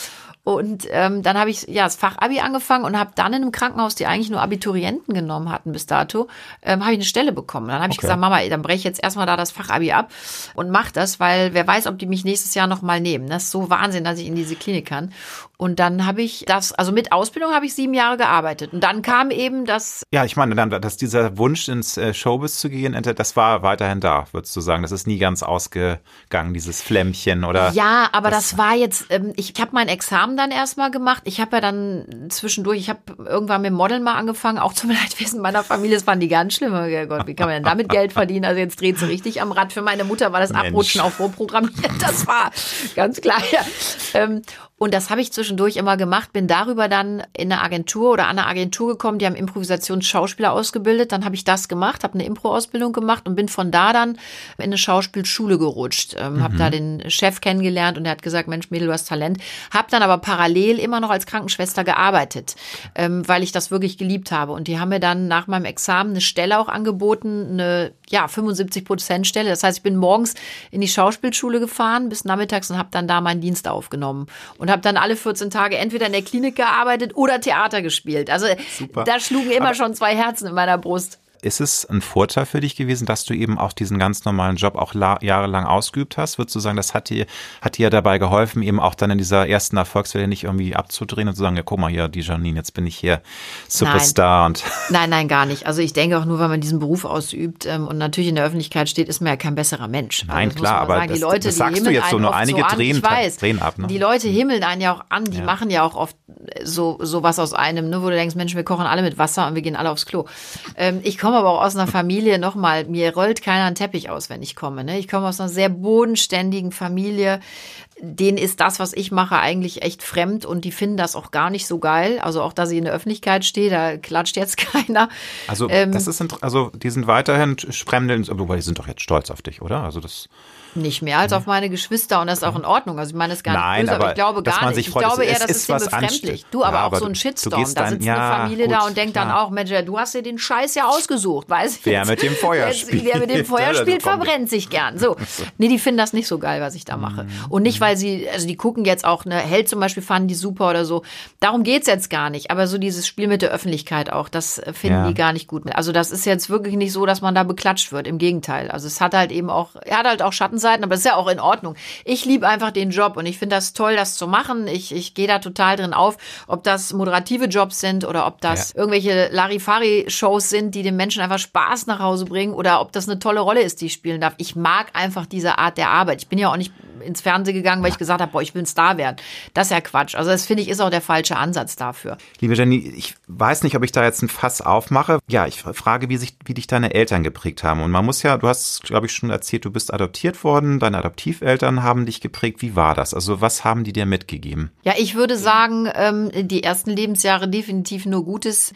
Speaker 2: Und ähm, dann habe ich ja das Fachabi angefangen und habe dann in einem Krankenhaus, die eigentlich nur Abiturienten genommen hatten bis dato, ähm, habe ich eine Stelle bekommen. Dann habe ich
Speaker 1: Okay.
Speaker 2: gesagt, Mama, dann breche ich jetzt erstmal da das Fachabi ab und mach das, weil wer weiß, ob die mich nächstes Jahr noch mal nehmen. Das ist so Wahnsinn, dass ich in diese Klinik kann. Und dann habe ich das, also mit Ausbildung habe ich sieben Jahre gearbeitet. Und dann kam eben das.
Speaker 1: Ja, ich meine, dann, dass dieser Wunsch ins äh, Showbiz zu gehen, das war weiterhin da, würdest du sagen. Das ist nie ganz ausgegangen, dieses Flämmchen oder.
Speaker 2: Ja, aber
Speaker 1: das,
Speaker 2: das war jetzt, ähm, ich habe mein Examen dann erstmal gemacht. Ich habe ja dann zwischendurch, ich habe irgendwann mit Modeln mal angefangen, auch zum Leidwesen meiner Familie. Das fanden die ganz schlimm. Oh Gott, wie kann man denn damit Geld verdienen? Also jetzt dreht sie richtig am Rad. Für meine Mutter war das
Speaker 1: Mensch.
Speaker 2: Abrutschen auch vorprogrammiert. Das war ganz klar. Ja. Ähm, Und das habe ich zwischendurch immer gemacht, bin darüber dann in eine Agentur oder an eine Agentur gekommen, die haben Improvisationsschauspieler ausgebildet. Dann habe ich das gemacht, habe eine Impro-Ausbildung gemacht und bin von da dann in eine Schauspielschule gerutscht. Ähm, mhm. Habe da den Chef kennengelernt und der hat gesagt, Mensch, Mädel, du hast Talent. Habe dann aber parallel immer noch als Krankenschwester gearbeitet, ähm, weil ich das wirklich geliebt habe. Und die haben mir dann nach meinem Examen eine Stelle auch angeboten, eine ja fünfundsiebzig Prozent Stelle. Das heißt, ich bin morgens in die Schauspielschule gefahren bis nachmittags und habe dann da meinen Dienst aufgenommen. Und Und habe dann alle vierzehn Tage entweder in der Klinik gearbeitet oder Theater gespielt. Also
Speaker 1: Super.
Speaker 2: Da schlugen immer
Speaker 1: Aber
Speaker 2: schon zwei Herzen in meiner Brust.
Speaker 1: Ist es ein Vorteil für dich gewesen, dass du eben auch diesen ganz normalen Job auch la- jahrelang ausgeübt hast? Würdest du sagen, das hat dir, hat dir dabei geholfen, eben auch dann in dieser ersten Erfolgswelle nicht irgendwie abzudrehen und zu sagen, ja, guck mal hier, die Janine, jetzt bin ich hier Superstar.
Speaker 2: Nein.
Speaker 1: Und
Speaker 2: Nein, nein, gar nicht. Also ich denke auch nur, weil man diesen Beruf ausübt ähm, und natürlich in der Öffentlichkeit steht, ist man ja kein besserer Mensch.
Speaker 1: Nein,
Speaker 2: also
Speaker 1: klar, aber
Speaker 2: sagen.
Speaker 1: das,
Speaker 2: die Leute,
Speaker 1: das
Speaker 2: die
Speaker 1: sagst du jetzt so, nur einige
Speaker 2: so
Speaker 1: drehen,
Speaker 2: ich weiß,
Speaker 1: drehen ab. Ne?
Speaker 2: Die Leute himmeln einen ja auch an, die
Speaker 1: Ja.
Speaker 2: machen ja auch oft so, so was aus einem, ne, wo du denkst, Mensch, wir kochen alle mit Wasser und wir gehen alle aufs Klo. Ähm, ich komme aber auch aus einer Familie, nochmal, mir rollt keiner einen Teppich aus, wenn ich komme. Ne? Ich komme aus einer sehr bodenständigen Familie. Denen ist das, was ich mache, eigentlich echt fremd und die finden das auch gar nicht so geil. Also auch, dass ich in der Öffentlichkeit stehe, da klatscht jetzt keiner.
Speaker 1: Also
Speaker 2: Ähm,
Speaker 1: das ist, int- also die sind weiterhin Fremdeln, wobei die sind doch jetzt stolz auf dich, oder? Also das.
Speaker 2: Nicht mehr als auf meine Geschwister und das ist auch in Ordnung. Also ich meine, das ist gar nicht
Speaker 1: Nein,
Speaker 2: böse, aber,
Speaker 1: aber
Speaker 2: ich glaube
Speaker 1: dass
Speaker 2: gar
Speaker 1: man
Speaker 2: nicht.
Speaker 1: sich
Speaker 2: Ich
Speaker 1: freut,
Speaker 2: glaube
Speaker 1: es-
Speaker 2: eher,
Speaker 1: es
Speaker 2: das
Speaker 1: ist
Speaker 2: ist dir
Speaker 1: was
Speaker 2: befremdlich.
Speaker 1: anste-
Speaker 2: Du, aber
Speaker 1: Ja,
Speaker 2: auch
Speaker 1: aber
Speaker 2: so ein
Speaker 1: du- du
Speaker 2: Shitstorm.
Speaker 1: gehst
Speaker 2: Da
Speaker 1: dann-
Speaker 2: sitzt
Speaker 1: ja,
Speaker 2: eine Familie da
Speaker 1: gut,
Speaker 2: und denkt dann
Speaker 1: klar.
Speaker 2: auch, Mensch, du hast dir den Scheiß ja ausgesucht. Weiß
Speaker 1: Wer
Speaker 2: jetzt-
Speaker 1: mit dem Feuer
Speaker 2: jetzt-
Speaker 1: spielt.
Speaker 2: Wer mit dem Feuer
Speaker 1: Ja,
Speaker 2: spielt,
Speaker 1: so kommt-
Speaker 2: verbrennt sich gern. So. Nee, die finden das nicht so geil, was ich da mache. Und nicht, weil sie, also die gucken jetzt auch, eine Held zum Beispiel fanden die super oder so. Darum geht's jetzt gar nicht. Aber so dieses Spiel mit der Öffentlichkeit auch, das finden
Speaker 1: Ja.
Speaker 2: die gar nicht gut. Also das ist jetzt wirklich nicht so, dass man da beklatscht wird. Im Gegenteil. Also es hat halt eben auch, er hat halt auch Schattenseiten, aber das ist ja auch in Ordnung. Ich liebe einfach den Job und ich finde das toll, das zu machen. Ich, ich gehe da total drin auf, ob das moderative Jobs sind oder ob das
Speaker 1: Ja.
Speaker 2: irgendwelche Larifari-Shows sind, die den Menschen einfach Spaß nach Hause bringen oder ob das eine tolle Rolle ist, die ich spielen darf. Ich mag einfach diese Art der Arbeit. Ich bin ja auch nicht ins Fernsehen gegangen, weil ich gesagt habe, boah, ich will ein Star werden. Das ist ja Quatsch. Also das finde ich ist auch der falsche Ansatz dafür.
Speaker 1: Liebe Jenny, ich weiß nicht, ob ich da jetzt ein Fass aufmache. Ja, ich frage, wie sich, wie dich deine Eltern geprägt haben. Und man muss ja, du hast, glaube ich, schon erzählt, du bist adoptiert worden. Deine Adoptiveltern haben dich geprägt. Wie war das? Also was haben die dir mitgegeben?
Speaker 2: Ja, ich würde sagen, ähm, die ersten Lebensjahre definitiv nur Gutes,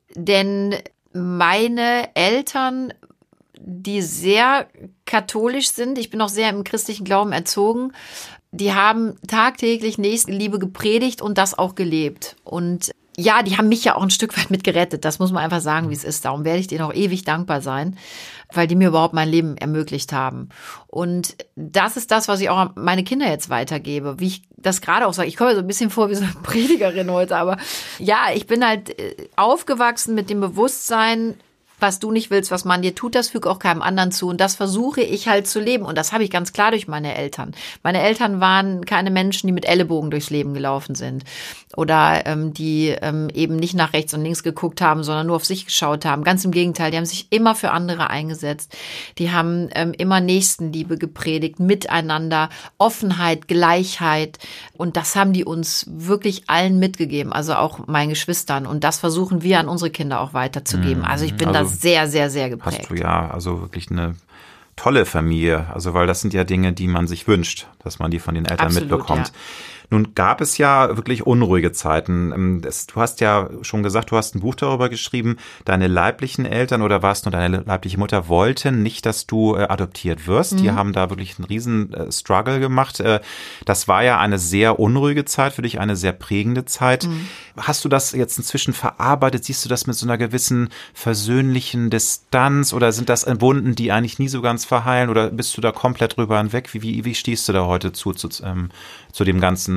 Speaker 2: denn meine Eltern, die sehr katholisch sind, ich bin auch sehr im christlichen Glauben erzogen, die haben tagtäglich Nächstenliebe gepredigt und das auch gelebt. Und ja, die haben mich ja auch ein Stück weit mit gerettet. Das muss man einfach sagen, wie es ist. Darum werde ich denen auch ewig dankbar sein, weil die mir überhaupt mein Leben ermöglicht haben. Und das ist das, was ich auch an meine Kinder jetzt weitergebe. Wie ich das gerade auch sage. Ich komme mir so ein bisschen vor wie so eine Predigerin heute, aber ja, ich bin halt aufgewachsen mit dem Bewusstsein, was du nicht willst, was man dir tut, das füge auch keinem anderen zu. Und das versuche ich halt zu leben. Und das habe ich ganz klar durch meine Eltern. Meine Eltern waren keine Menschen, die mit Ellenbogen durchs Leben gelaufen sind. Oder ähm, die ähm, eben nicht nach rechts und links geguckt haben, sondern nur auf sich geschaut haben. Ganz im Gegenteil, die haben sich immer für andere eingesetzt. Die haben ähm, immer Nächstenliebe gepredigt, miteinander, Offenheit, Gleichheit. Und das haben die uns wirklich allen mitgegeben, also auch meinen Geschwistern. Und das versuchen wir an unsere Kinder auch weiterzugeben. Also ich bin
Speaker 1: Also
Speaker 2: da sehr, sehr, sehr geprägt.
Speaker 1: Hast du ja also wirklich eine tolle Familie. Also weil das sind ja Dinge, die man sich wünscht, dass man die von den Eltern
Speaker 2: Absolut,
Speaker 1: mitbekommt.
Speaker 2: ja.
Speaker 1: Nun gab es ja wirklich unruhige Zeiten. Das, du hast ja schon gesagt, du hast ein Buch darüber geschrieben, deine leiblichen Eltern oder war es nur deine leibliche Mutter wollten nicht, dass du äh, adoptiert wirst. Mhm. Die haben da wirklich einen riesen äh, Struggle gemacht. Äh, das war ja eine sehr unruhige Zeit für dich, eine sehr prägende Zeit. Mhm. Hast du das jetzt inzwischen verarbeitet? Siehst du das mit so einer gewissen versöhnlichen Distanz oder sind das Wunden, die eigentlich nie so ganz verheilen oder bist du da komplett drüber hinweg? Wie, wie, wie stehst du da heute zu, zu, ähm, zu dem ganzen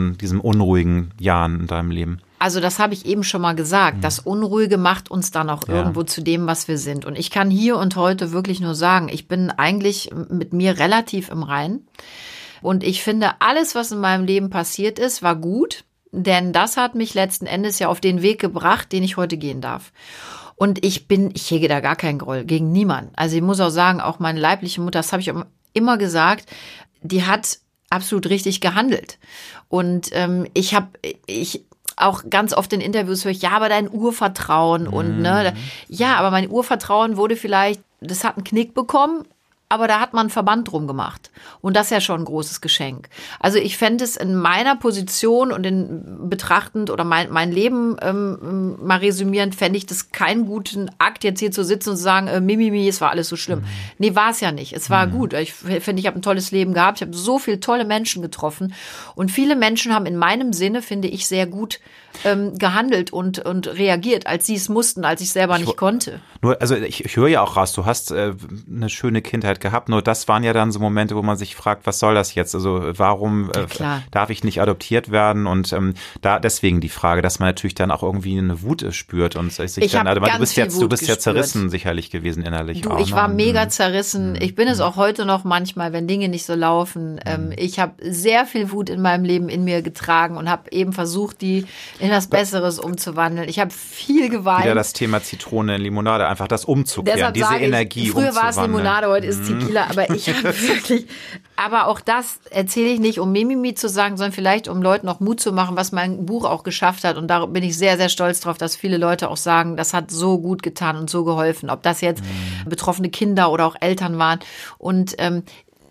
Speaker 1: diesen, diesen unruhigen Jahren in deinem Leben?
Speaker 2: Also das habe ich eben schon mal gesagt.
Speaker 1: Mhm.
Speaker 2: Das Unruhige macht uns dann auch
Speaker 1: Ja.
Speaker 2: irgendwo zu dem, was wir sind. Und ich kann hier und heute wirklich nur sagen, ich bin eigentlich mit mir relativ im Reinen. Und ich finde, alles, was in meinem Leben passiert ist, war gut. Denn das hat mich letzten Endes ja auf den Weg gebracht, den ich heute gehen darf. Und ich bin, ich hege da gar keinen Groll gegen niemanden. Also ich muss auch sagen, auch meine leibliche Mutter, das habe ich immer gesagt, die hat absolut richtig gehandelt. Und ähm, ich habe, ich auch ganz oft in Interviews höre ich, ja, aber dein Urvertrauen und
Speaker 1: Mhm.
Speaker 2: ne, ja, aber mein Urvertrauen wurde vielleicht, das hat einen Knick bekommen, aber da hat man einen Verband drum gemacht. Und das ist ja schon ein großes Geschenk. Also ich fände es in meiner Position und in betrachtend oder mein, mein Leben ähm, mal resümierend, fände ich das keinen guten Akt, jetzt hier zu sitzen und zu sagen, äh, Mimimi, es war alles so schlimm. Mhm. Nee, war es ja nicht. Es war mhm. gut. Ich finde, ich habe ein tolles Leben gehabt. Ich habe so viele tolle Menschen getroffen. Und viele Menschen haben in meinem Sinne, finde ich, sehr gut ähm, gehandelt und, und reagiert, als sie es mussten, als ich selber nicht ich, konnte.
Speaker 1: Nur, also ich, ich höre ja auch raus, du hast äh, eine schöne Kindheit gehabt, nur das waren ja dann so Momente, wo man sich fragt, was soll das jetzt? Also warum äh,
Speaker 2: ja,
Speaker 1: darf ich nicht adoptiert werden? Und ähm, da deswegen die Frage, dass man natürlich dann auch irgendwie eine Wut spürt und sich
Speaker 2: ich
Speaker 1: dann, also,
Speaker 2: ganz
Speaker 1: du bist jetzt,
Speaker 2: Wut
Speaker 1: du bist
Speaker 2: gespürt.
Speaker 1: ja zerrissen sicherlich gewesen innerlich.
Speaker 2: Du,
Speaker 1: auch,
Speaker 2: ich
Speaker 1: ne?
Speaker 2: war mega zerrissen. Ich bin es auch heute noch manchmal, wenn Dinge nicht so laufen.
Speaker 1: Mhm.
Speaker 2: Ähm, ich habe sehr viel Wut in meinem Leben in mir getragen und habe eben versucht, die in was Besseres umzuwandeln. Ich habe viel geweint.
Speaker 1: Wieder das Thema Zitrone in Limonade, einfach das umzukehren,
Speaker 2: Deshalb
Speaker 1: diese
Speaker 2: ich,
Speaker 1: Energie
Speaker 2: früher war es Limonade, heute ist
Speaker 1: Mhm.
Speaker 2: Tequila, aber ich habe wirklich, aber auch das erzähle ich nicht, um Mimimi zu sagen, sondern vielleicht, um Leuten auch Mut zu machen, was mein Buch auch geschafft hat. Und da bin ich sehr, sehr stolz drauf, dass viele Leute auch sagen, das hat so gut getan und so geholfen. Ob das jetzt mhm. betroffene Kinder oder auch Eltern waren. Und ähm,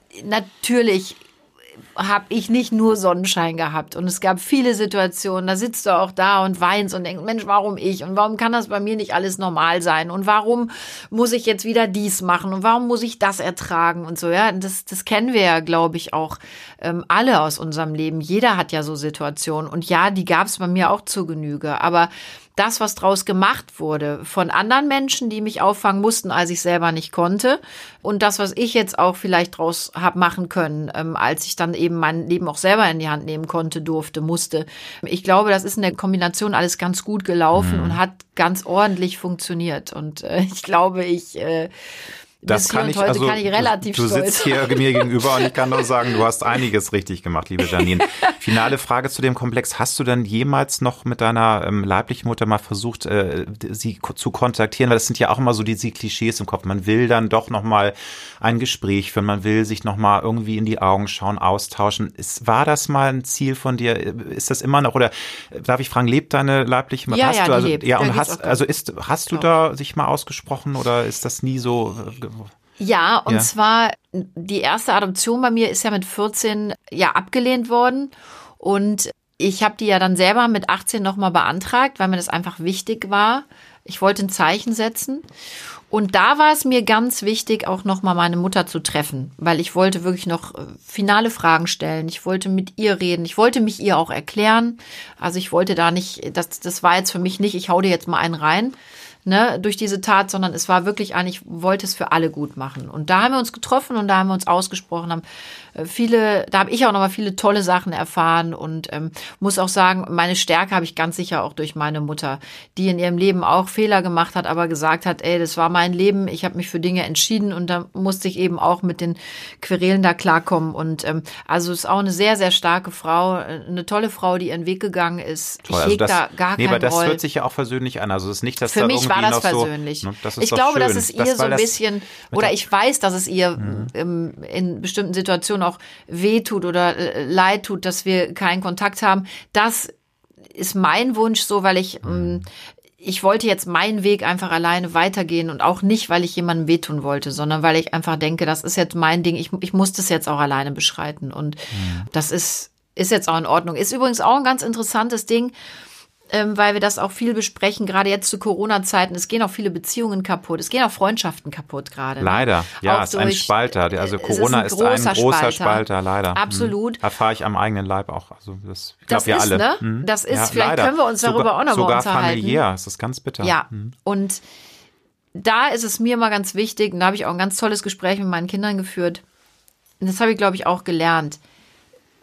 Speaker 2: natürlich habe ich nicht nur Sonnenschein gehabt. Und es gab viele Situationen, da sitzt du auch da und weinst und denkst, Mensch, warum ich? Und warum kann das bei mir nicht alles normal sein? Und warum muss ich jetzt wieder dies machen? Und warum muss ich das ertragen? Und so, ja, das, das kennen wir ja, glaube ich, auch ähm, alle aus unserem Leben. Jeder hat ja so Situationen. Und ja, die gab es bei mir auch zur Genüge. Aber das, was draus gemacht wurde von anderen Menschen, die mich auffangen mussten, als ich selber nicht konnte. Und das, was ich jetzt auch vielleicht draus habe machen können, ähm, als ich dann eben mein Leben auch selber in die Hand nehmen konnte, durfte, musste. Ich glaube, das ist in der Kombination alles ganz gut gelaufen mhm. und hat ganz ordentlich funktioniert. Und äh, ich glaube, ich... Äh,
Speaker 1: Das kann ich,
Speaker 2: heute
Speaker 1: also,
Speaker 2: kann ich relativ
Speaker 1: du, du sitzt hier mir gegenüber und ich kann nur sagen, du hast einiges richtig gemacht, liebe Janine. Finale Frage zu dem Komplex. Hast du denn jemals noch mit deiner ähm, leiblichen Mutter mal versucht, äh, sie ko- zu kontaktieren? Weil das sind ja auch immer so diese Klischees im Kopf. Man will dann doch noch mal ein Gespräch führen, man will sich noch mal irgendwie in die Augen schauen, austauschen. Ist, war das mal ein Ziel von dir? Ist das immer noch, oder darf ich fragen, lebt deine leibliche Mutter?
Speaker 2: Ja,
Speaker 1: hast
Speaker 2: ja,
Speaker 1: du also,
Speaker 2: die lebt.
Speaker 1: Ja,
Speaker 2: Da
Speaker 1: und
Speaker 2: geht's
Speaker 1: hast,
Speaker 2: auch
Speaker 1: also ist, hast du da sich mal ausgesprochen oder ist das nie so...
Speaker 2: Ja, und
Speaker 1: Ja.
Speaker 2: zwar die erste Adoption bei mir ist ja mit vierzehn ja abgelehnt worden und ich habe die ja dann selber mit achtzehn nochmal beantragt, weil mir das einfach wichtig war. Ich wollte ein Zeichen setzen und da war es mir ganz wichtig, auch nochmal meine Mutter zu treffen, weil ich wollte wirklich noch finale Fragen stellen. Ich wollte mit ihr reden. Ich wollte mich ihr auch erklären. Also ich wollte da nicht, das, das war jetzt für mich nicht, ich hau dir jetzt mal einen rein. Ne, durch diese Tat, sondern es war wirklich eigentlich, wollte es für alle gut machen. Und da haben wir uns getroffen und da haben wir uns ausgesprochen, haben viele, da habe ich auch nochmal viele tolle Sachen erfahren und ähm, muss auch sagen, meine Stärke habe ich ganz sicher auch durch meine Mutter, die in ihrem Leben auch Fehler gemacht hat, aber gesagt hat, ey, das war mein Leben, ich habe mich für Dinge entschieden und da musste ich eben auch mit den Querelen da klarkommen und ähm, also ist auch eine sehr, sehr starke Frau, eine tolle Frau, die ihren Weg gegangen ist.
Speaker 1: Toll,
Speaker 2: ich
Speaker 1: also
Speaker 2: heg
Speaker 1: das,
Speaker 2: da gar
Speaker 1: nee,
Speaker 2: keinen
Speaker 1: aber das
Speaker 2: Groll.
Speaker 1: hört sich ja auch versöhnlich an. Also es ist nicht, dass
Speaker 2: Für
Speaker 1: da
Speaker 2: mich
Speaker 1: irgendwie
Speaker 2: war das
Speaker 1: noch
Speaker 2: persönlich.
Speaker 1: So, ne, das ist
Speaker 2: ich
Speaker 1: doch
Speaker 2: glaube,
Speaker 1: schön.
Speaker 2: dass es ihr
Speaker 1: das,
Speaker 2: so ein
Speaker 1: das,
Speaker 2: bisschen, oder ich weiß, dass es ihr mhm. ähm, in bestimmten Situationen auch weh tut oder äh, leid tut, dass wir keinen Kontakt haben. Das ist mein Wunsch so, weil ich, mhm. ähm, ich wollte jetzt meinen Weg einfach alleine weitergehen und auch nicht, weil ich jemandem wehtun wollte, sondern weil ich einfach denke, das ist jetzt mein Ding. Ich, ich muss das jetzt auch alleine beschreiten und mhm. das ist, ist jetzt auch in Ordnung. Ist übrigens auch ein ganz interessantes Ding, ähm, weil wir das auch viel besprechen, gerade jetzt zu Corona-Zeiten. Es gehen auch viele Beziehungen kaputt. Es gehen auch Freundschaften kaputt gerade.
Speaker 1: Leider,
Speaker 2: ne?
Speaker 1: ja,
Speaker 2: auch
Speaker 1: es ist ein
Speaker 2: durch,
Speaker 1: Spalter. Also
Speaker 2: es
Speaker 1: Corona ist ein großer, ist ein großer Spalter. Spalter, leider.
Speaker 2: Absolut.
Speaker 1: Hm. Erfahre ich am eigenen Leib auch. Also das, ich
Speaker 2: das
Speaker 1: glaub, wir
Speaker 2: ist,
Speaker 1: alle.
Speaker 2: ne?
Speaker 1: Hm.
Speaker 2: Das ist,
Speaker 1: ja,
Speaker 2: vielleicht
Speaker 1: leider.
Speaker 2: können wir uns darüber
Speaker 1: sogar,
Speaker 2: auch noch
Speaker 1: sogar
Speaker 2: mal unterhalten.
Speaker 1: Familiär, es ist ganz bitter.
Speaker 2: Ja,
Speaker 1: hm.
Speaker 2: und da ist es mir mal ganz wichtig, und da habe ich auch ein ganz tolles Gespräch mit meinen Kindern geführt. Und das habe ich, glaube ich, auch gelernt.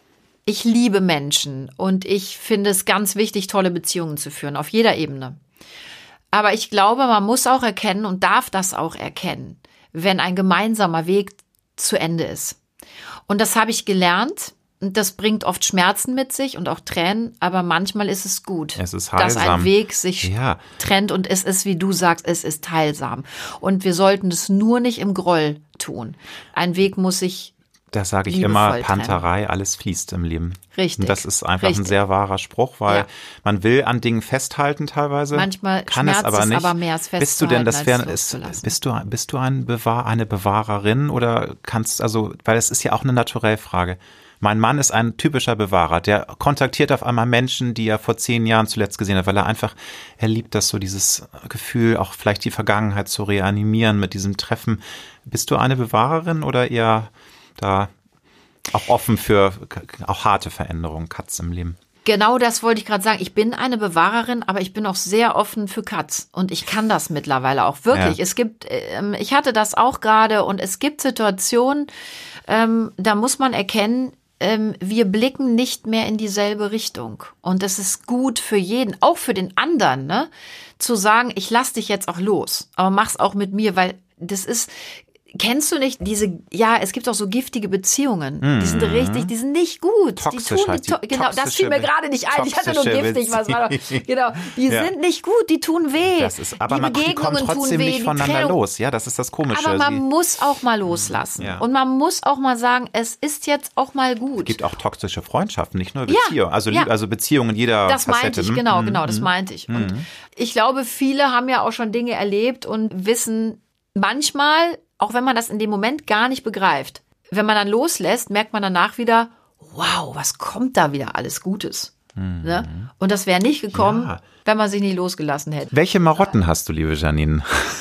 Speaker 2: Ich liebe Menschen und ich finde es ganz wichtig, tolle Beziehungen zu führen, auf jeder Ebene. Aber ich glaube, man muss auch erkennen und darf das auch erkennen, wenn ein gemeinsamer Weg zu Ende ist. Und das habe ich gelernt. Das bringt oft Schmerzen mit sich und auch Tränen, aber manchmal ist es gut,
Speaker 1: es ist
Speaker 2: dass
Speaker 1: heilsam.
Speaker 2: ein Weg sich
Speaker 1: Ja.
Speaker 2: trennt und es ist, wie du sagst, es ist heilsam. Und wir sollten es nur nicht im Groll tun. Ein Weg muss sich
Speaker 1: Das sage ich
Speaker 2: liebevoll
Speaker 1: immer,
Speaker 2: trennen.
Speaker 1: Panterei, alles fließt im Leben.
Speaker 2: Richtig.
Speaker 1: Und das ist einfach
Speaker 2: Richtig.
Speaker 1: ein sehr wahrer Spruch, weil
Speaker 2: Ja.
Speaker 1: man will an Dingen festhalten teilweise.
Speaker 2: Manchmal
Speaker 1: kann es
Speaker 2: schmerzt
Speaker 1: aber
Speaker 2: es
Speaker 1: nicht.
Speaker 2: aber mehr, es
Speaker 1: Bist du denn, das
Speaker 2: festzuhalten,
Speaker 1: wäre,
Speaker 2: als
Speaker 1: ist,
Speaker 2: loszulassen.
Speaker 1: bist du, bist du ein Bewahr, eine Bewahrerin oder kannst, also, weil es ist ja auch eine Naturellfrage. Mein Mann ist ein typischer Bewahrer, der kontaktiert auf einmal Menschen, die er vor zehn Jahren zuletzt gesehen hat, weil er einfach, er liebt das so, dieses Gefühl, auch vielleicht die Vergangenheit zu reanimieren mit diesem Treffen. Bist du eine Bewahrerin oder eher da auch offen für auch harte Veränderungen, Cuts im Leben?
Speaker 2: Genau das wollte ich gerade sagen. Ich bin eine Bewahrerin, aber ich bin auch sehr offen für Cuts. Und ich kann das mittlerweile auch wirklich.
Speaker 1: Ja.
Speaker 2: Es gibt, ähm, ich hatte das auch gerade und es gibt Situationen, ähm, da muss man erkennen, ähm, wir blicken nicht mehr in dieselbe Richtung. Und es ist gut für jeden, auch für den anderen, ne, zu sagen, ich lass dich jetzt auch los, aber mach's auch mit mir, weil das ist, kennst du nicht diese, ja, es gibt auch so giftige Beziehungen, die sind richtig, die sind nicht gut.
Speaker 1: Toxisch
Speaker 2: die tun,
Speaker 1: heißt die.
Speaker 2: to- genau, das
Speaker 1: Toxische
Speaker 2: fiel mir
Speaker 1: Be-
Speaker 2: gerade nicht ein. Ich hatte nur
Speaker 1: toxische
Speaker 2: giftig, was war das?
Speaker 1: Beziehung.
Speaker 2: Genau, die
Speaker 1: Ja.
Speaker 2: sind nicht gut, die tun weh.
Speaker 1: Das ist, aber
Speaker 2: die
Speaker 1: man die kommen
Speaker 2: Begegnungen
Speaker 1: trotzdem
Speaker 2: tun weh,
Speaker 1: nicht
Speaker 2: die
Speaker 1: voneinander
Speaker 2: Trennung.
Speaker 1: los. Ja, das ist das Komische.
Speaker 2: Aber man
Speaker 1: Sie-
Speaker 2: muss auch mal loslassen.
Speaker 1: Ja.
Speaker 2: Und man muss auch mal sagen, es ist jetzt auch mal gut.
Speaker 1: Es gibt auch toxische Freundschaften, nicht nur
Speaker 2: Ja,
Speaker 1: Beziehungen. Also,
Speaker 2: ja.
Speaker 1: Lieb- also Beziehungen in jeder
Speaker 2: Das
Speaker 1: Facette.
Speaker 2: meinte ich,
Speaker 1: Hm?
Speaker 2: genau,
Speaker 1: Mhm.
Speaker 2: genau, das meinte ich. Und ich glaube, viele haben ja auch schon Dinge erlebt und wissen manchmal, auch wenn man das in dem Moment gar nicht begreift, wenn man dann loslässt, merkt man danach wieder, wow, was kommt da wieder alles Gutes. Ne? Und das wäre nicht gekommen,
Speaker 1: Ja.
Speaker 2: wenn man sich nie losgelassen hätte.
Speaker 1: Welche Marotten hast du, liebe Janine?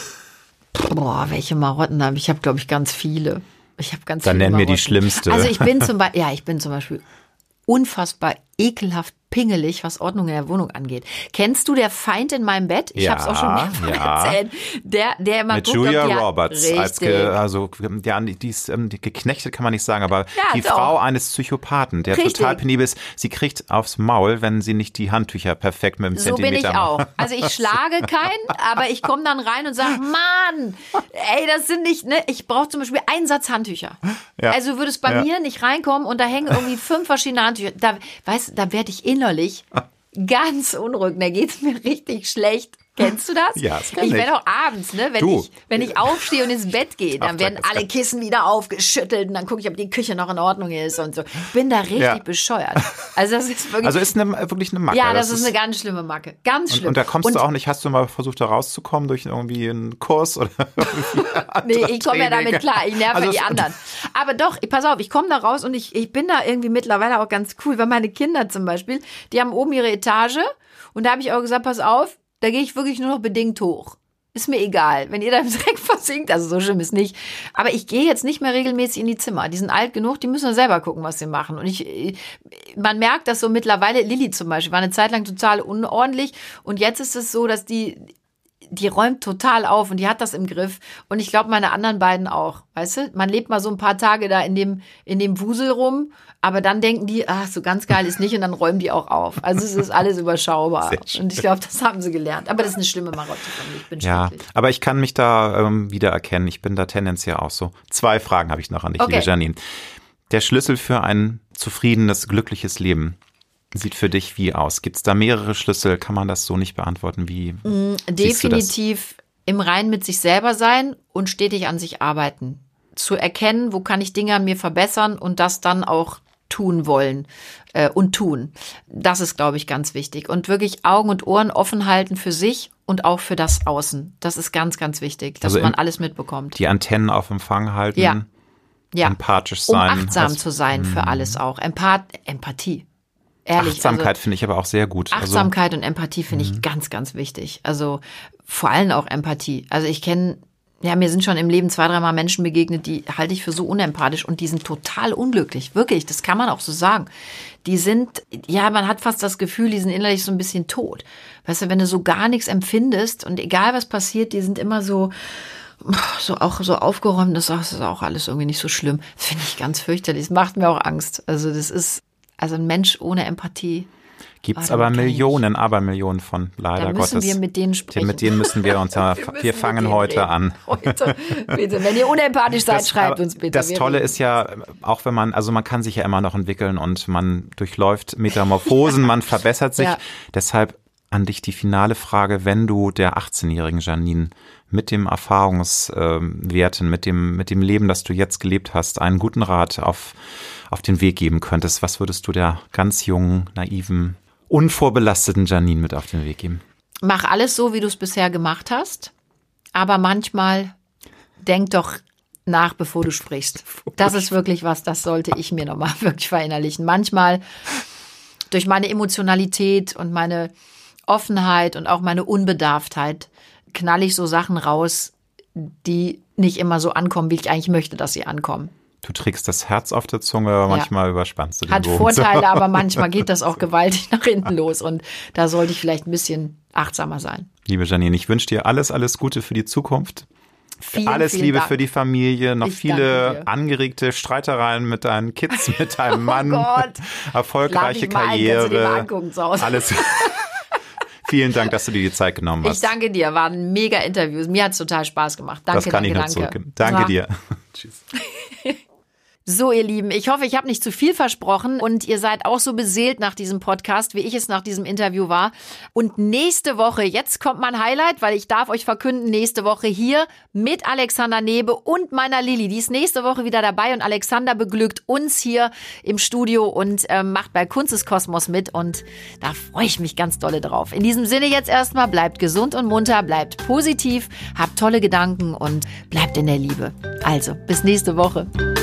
Speaker 2: Boah, welche Marotten habe ich? Ich habe, glaube ich, ganz viele. Ich habe ganz
Speaker 1: Dann
Speaker 2: viele
Speaker 1: nenn mir die
Speaker 2: Marotten.
Speaker 1: schlimmste.
Speaker 2: Also ich bin zum Beispiel, ja, ich bin zum Beispiel unfassbar ekelhaft pingelig, was Ordnung in der Wohnung angeht. Kennst du der Feind in meinem Bett? Ich
Speaker 1: Ja,
Speaker 2: habe es auch schon mehrfach
Speaker 1: ja.
Speaker 2: erzählt. Der, der immer
Speaker 1: Mit
Speaker 2: guckt,
Speaker 1: Julia
Speaker 2: ob die
Speaker 1: Roberts.
Speaker 2: Richtig.
Speaker 1: Als ge, also, ja, die ist ähm, die geknechtet, kann man nicht sagen, aber
Speaker 2: Ja,
Speaker 1: die
Speaker 2: doch.
Speaker 1: Frau eines Psychopathen, der
Speaker 2: Richtig.
Speaker 1: total penibel ist, sie kriegt aufs Maul, wenn sie nicht die Handtücher perfekt mit dem
Speaker 2: So bin
Speaker 1: Zentimeter
Speaker 2: ich
Speaker 1: macht.
Speaker 2: auch. Also ich schlage keinen, aber ich komme dann rein und sage, Mann, ey, das sind nicht, ne, ich brauche zum Beispiel einen Satz Handtücher.
Speaker 1: Ja.
Speaker 2: Also du würdest bei
Speaker 1: Ja.
Speaker 2: mir nicht reinkommen und da hängen irgendwie fünf verschiedene Handtücher. Da, weißt du, da werde ich innerlich ganz unruhig. Da geht's mir richtig schlecht. Kennst du das?
Speaker 1: Ja, das kenn
Speaker 2: ich
Speaker 1: ich.
Speaker 2: werde auch abends, ne, wenn
Speaker 1: Du.
Speaker 2: ich wenn ich aufstehe und ins Bett gehe, dann
Speaker 1: Ach,
Speaker 2: werden
Speaker 1: das
Speaker 2: alle
Speaker 1: kann-
Speaker 2: Kissen wieder aufgeschüttelt und dann gucke ich, ob die Küche noch in Ordnung ist und so. Ich bin da richtig
Speaker 1: Ja.
Speaker 2: bescheuert. Also das ist wirklich
Speaker 1: Also ist eine, wirklich eine Macke.
Speaker 2: ja, das, ist eine ganz schlimme Macke. Ganz schlimm.
Speaker 1: und, und da kommst
Speaker 2: Und-
Speaker 1: du auch nicht, hast du mal versucht, da rauszukommen durch irgendwie einen Kurs oder
Speaker 2: Nee, ich komme ja damit klar. Ich nerve
Speaker 1: Also
Speaker 2: die
Speaker 1: es-
Speaker 2: anderen. Aber doch, pass auf, ich komme da raus und ich, ich bin da irgendwie mittlerweile auch ganz cool, weil meine Kinder zum Beispiel, die haben oben ihre Etage und da habe ich auch gesagt, pass auf, da gehe ich wirklich nur noch bedingt hoch. Ist mir egal, wenn ihr da im Dreck versinkt, also so schlimm ist nicht. Aber ich gehe jetzt nicht mehr regelmäßig in die Zimmer. Die sind alt genug, die müssen ja selber gucken, was sie machen. Und ich, man merkt das so mittlerweile, Lilly zum Beispiel, war eine Zeit lang total unordentlich und jetzt ist es so, dass die die räumt total auf und die hat das im Griff. Und ich glaube, meine anderen beiden auch. Weißt du, man lebt mal so ein paar Tage da in dem, in dem Wusel rum, aber dann denken die, ach, so ganz geil ist nicht und dann räumen die auch auf. Also es ist alles überschaubar.
Speaker 1: Sehr schön.
Speaker 2: Und ich glaube, das haben sie gelernt. Aber das ist eine schlimme Marotte von mir. Ich bin
Speaker 1: Ja,
Speaker 2: schrecklich.
Speaker 1: aber ich kann mich da ähm, wiedererkennen. Ich bin da tendenziell auch so. Zwei Fragen habe ich noch an dich,
Speaker 2: Okay.
Speaker 1: liebe Janine. Der Schlüssel für ein zufriedenes, glückliches Leben sieht für dich wie aus? Gibt es da mehrere Schlüssel? Kann man das so nicht beantworten? Wie siehst du das?
Speaker 2: Definitiv im Reinen mit sich selber sein und stetig an sich arbeiten. Zu erkennen, wo kann ich Dinge an mir verbessern und das dann auch tun wollen äh, und tun. Das ist, glaube ich, ganz wichtig. Und wirklich Augen und Ohren offen halten für sich und auch für das Außen. Das ist ganz, ganz wichtig, dass
Speaker 1: Also
Speaker 2: man
Speaker 1: im-
Speaker 2: alles mitbekommt.
Speaker 1: Die Antennen auf Empfang halten,
Speaker 2: Ja. Ja,
Speaker 1: empathisch
Speaker 2: um
Speaker 1: sein.
Speaker 2: achtsam
Speaker 1: Also,
Speaker 2: zu sein für alles auch. Empath Empathie. Ehrlich.
Speaker 1: Achtsamkeit
Speaker 2: also,
Speaker 1: finde ich aber auch sehr gut.
Speaker 2: Achtsamkeit und Empathie finde ich ganz, ganz wichtig. Also vor allem auch Empathie. Also ich kenne, ja, mir sind schon im Leben zwei, dreimal Menschen begegnet, die halte ich für so unempathisch und die sind total unglücklich. Wirklich, das kann man auch so sagen. Die sind, ja, man hat fast das Gefühl, die sind innerlich so ein bisschen tot. Weißt du, wenn du so gar nichts empfindest und egal was passiert, die sind immer so, so auch so aufgeräumt, das ist auch alles irgendwie nicht so schlimm. Finde ich ganz fürchterlich. Das macht mir auch Angst. Also das ist Also ein Mensch ohne Empathie.
Speaker 1: Gibt es aber Millionen, Abermillionen von, leider Gottes.
Speaker 2: Da müssen wir mit denen sprechen.
Speaker 1: Mit denen müssen wir uns, wir, wir fangen heute reden. an.
Speaker 2: Heute, bitte. Wenn ihr unempathisch seid, das, schreibt uns bitte.
Speaker 1: Das Tolle ist ja, auch wenn man, also man kann sich ja immer noch entwickeln und man durchläuft Metamorphosen, man verbessert sich. Ja. Deshalb an dich die finale Frage, wenn du der achtzehnjährigen Janine mit dem Erfahrungswerten, mit dem, mit dem Leben, das du jetzt gelebt hast, einen guten Rat auf, auf den Weg geben könntest, was würdest du der ganz jungen, naiven, unvorbelasteten Janine mit auf den Weg geben?
Speaker 2: Mach alles so, wie du es bisher gemacht hast, aber manchmal denk doch nach, bevor du sprichst. Das ist wirklich was, das sollte ich mir nochmal wirklich verinnerlichen. Manchmal durch meine Emotionalität und meine Offenheit und auch meine Unbedarftheit knall ich so Sachen raus, die nicht immer so ankommen, wie ich eigentlich möchte, dass sie ankommen.
Speaker 1: Du trägst das Herz auf der Zunge, aber ja. manchmal überspannst du den
Speaker 2: Hat
Speaker 1: Bogen.
Speaker 2: Vorteile, aber manchmal geht das auch gewaltig nach hinten los und da sollte ich vielleicht ein bisschen achtsamer sein.
Speaker 1: Liebe Janine, ich wünsche dir alles, alles Gute für die Zukunft.
Speaker 2: Vielen,
Speaker 1: alles
Speaker 2: vielen
Speaker 1: Liebe
Speaker 2: Dank.
Speaker 1: für die Familie, noch
Speaker 2: Ich
Speaker 1: viele angeregte Streitereien mit deinen Kids, mit deinem Mann,
Speaker 2: oh Gott.
Speaker 1: erfolgreiche
Speaker 2: Lad mich
Speaker 1: Karriere.
Speaker 2: Mal ein, kannst du dir mal angucken zu Hause.
Speaker 1: Alles. Vielen Dank, dass du dir die Zeit genommen hast.
Speaker 2: Ich danke dir, waren mega Interviews. Mir hat es total Spaß gemacht. Danke,
Speaker 1: das kann
Speaker 2: danke,
Speaker 1: ich nur
Speaker 2: danke.
Speaker 1: zurückgeben. Danke ja. dir. Tschüss.
Speaker 2: So, ihr Lieben, ich hoffe, ich habe nicht zu viel versprochen und ihr seid auch so beseelt nach diesem Podcast, wie ich es nach diesem Interview war. Und nächste Woche, jetzt kommt mein Highlight, weil ich darf euch verkünden, nächste Woche hier mit Alexander Nebe und meiner Lilly. Die ist nächste Woche wieder dabei und Alexander beglückt uns hier im Studio und äh, macht bei Kunst des Kosmos mit und da freue ich mich ganz dolle drauf. In diesem Sinne jetzt erstmal, bleibt gesund und munter, bleibt positiv, habt tolle Gedanken und bleibt in der Liebe. Also, bis nächste Woche.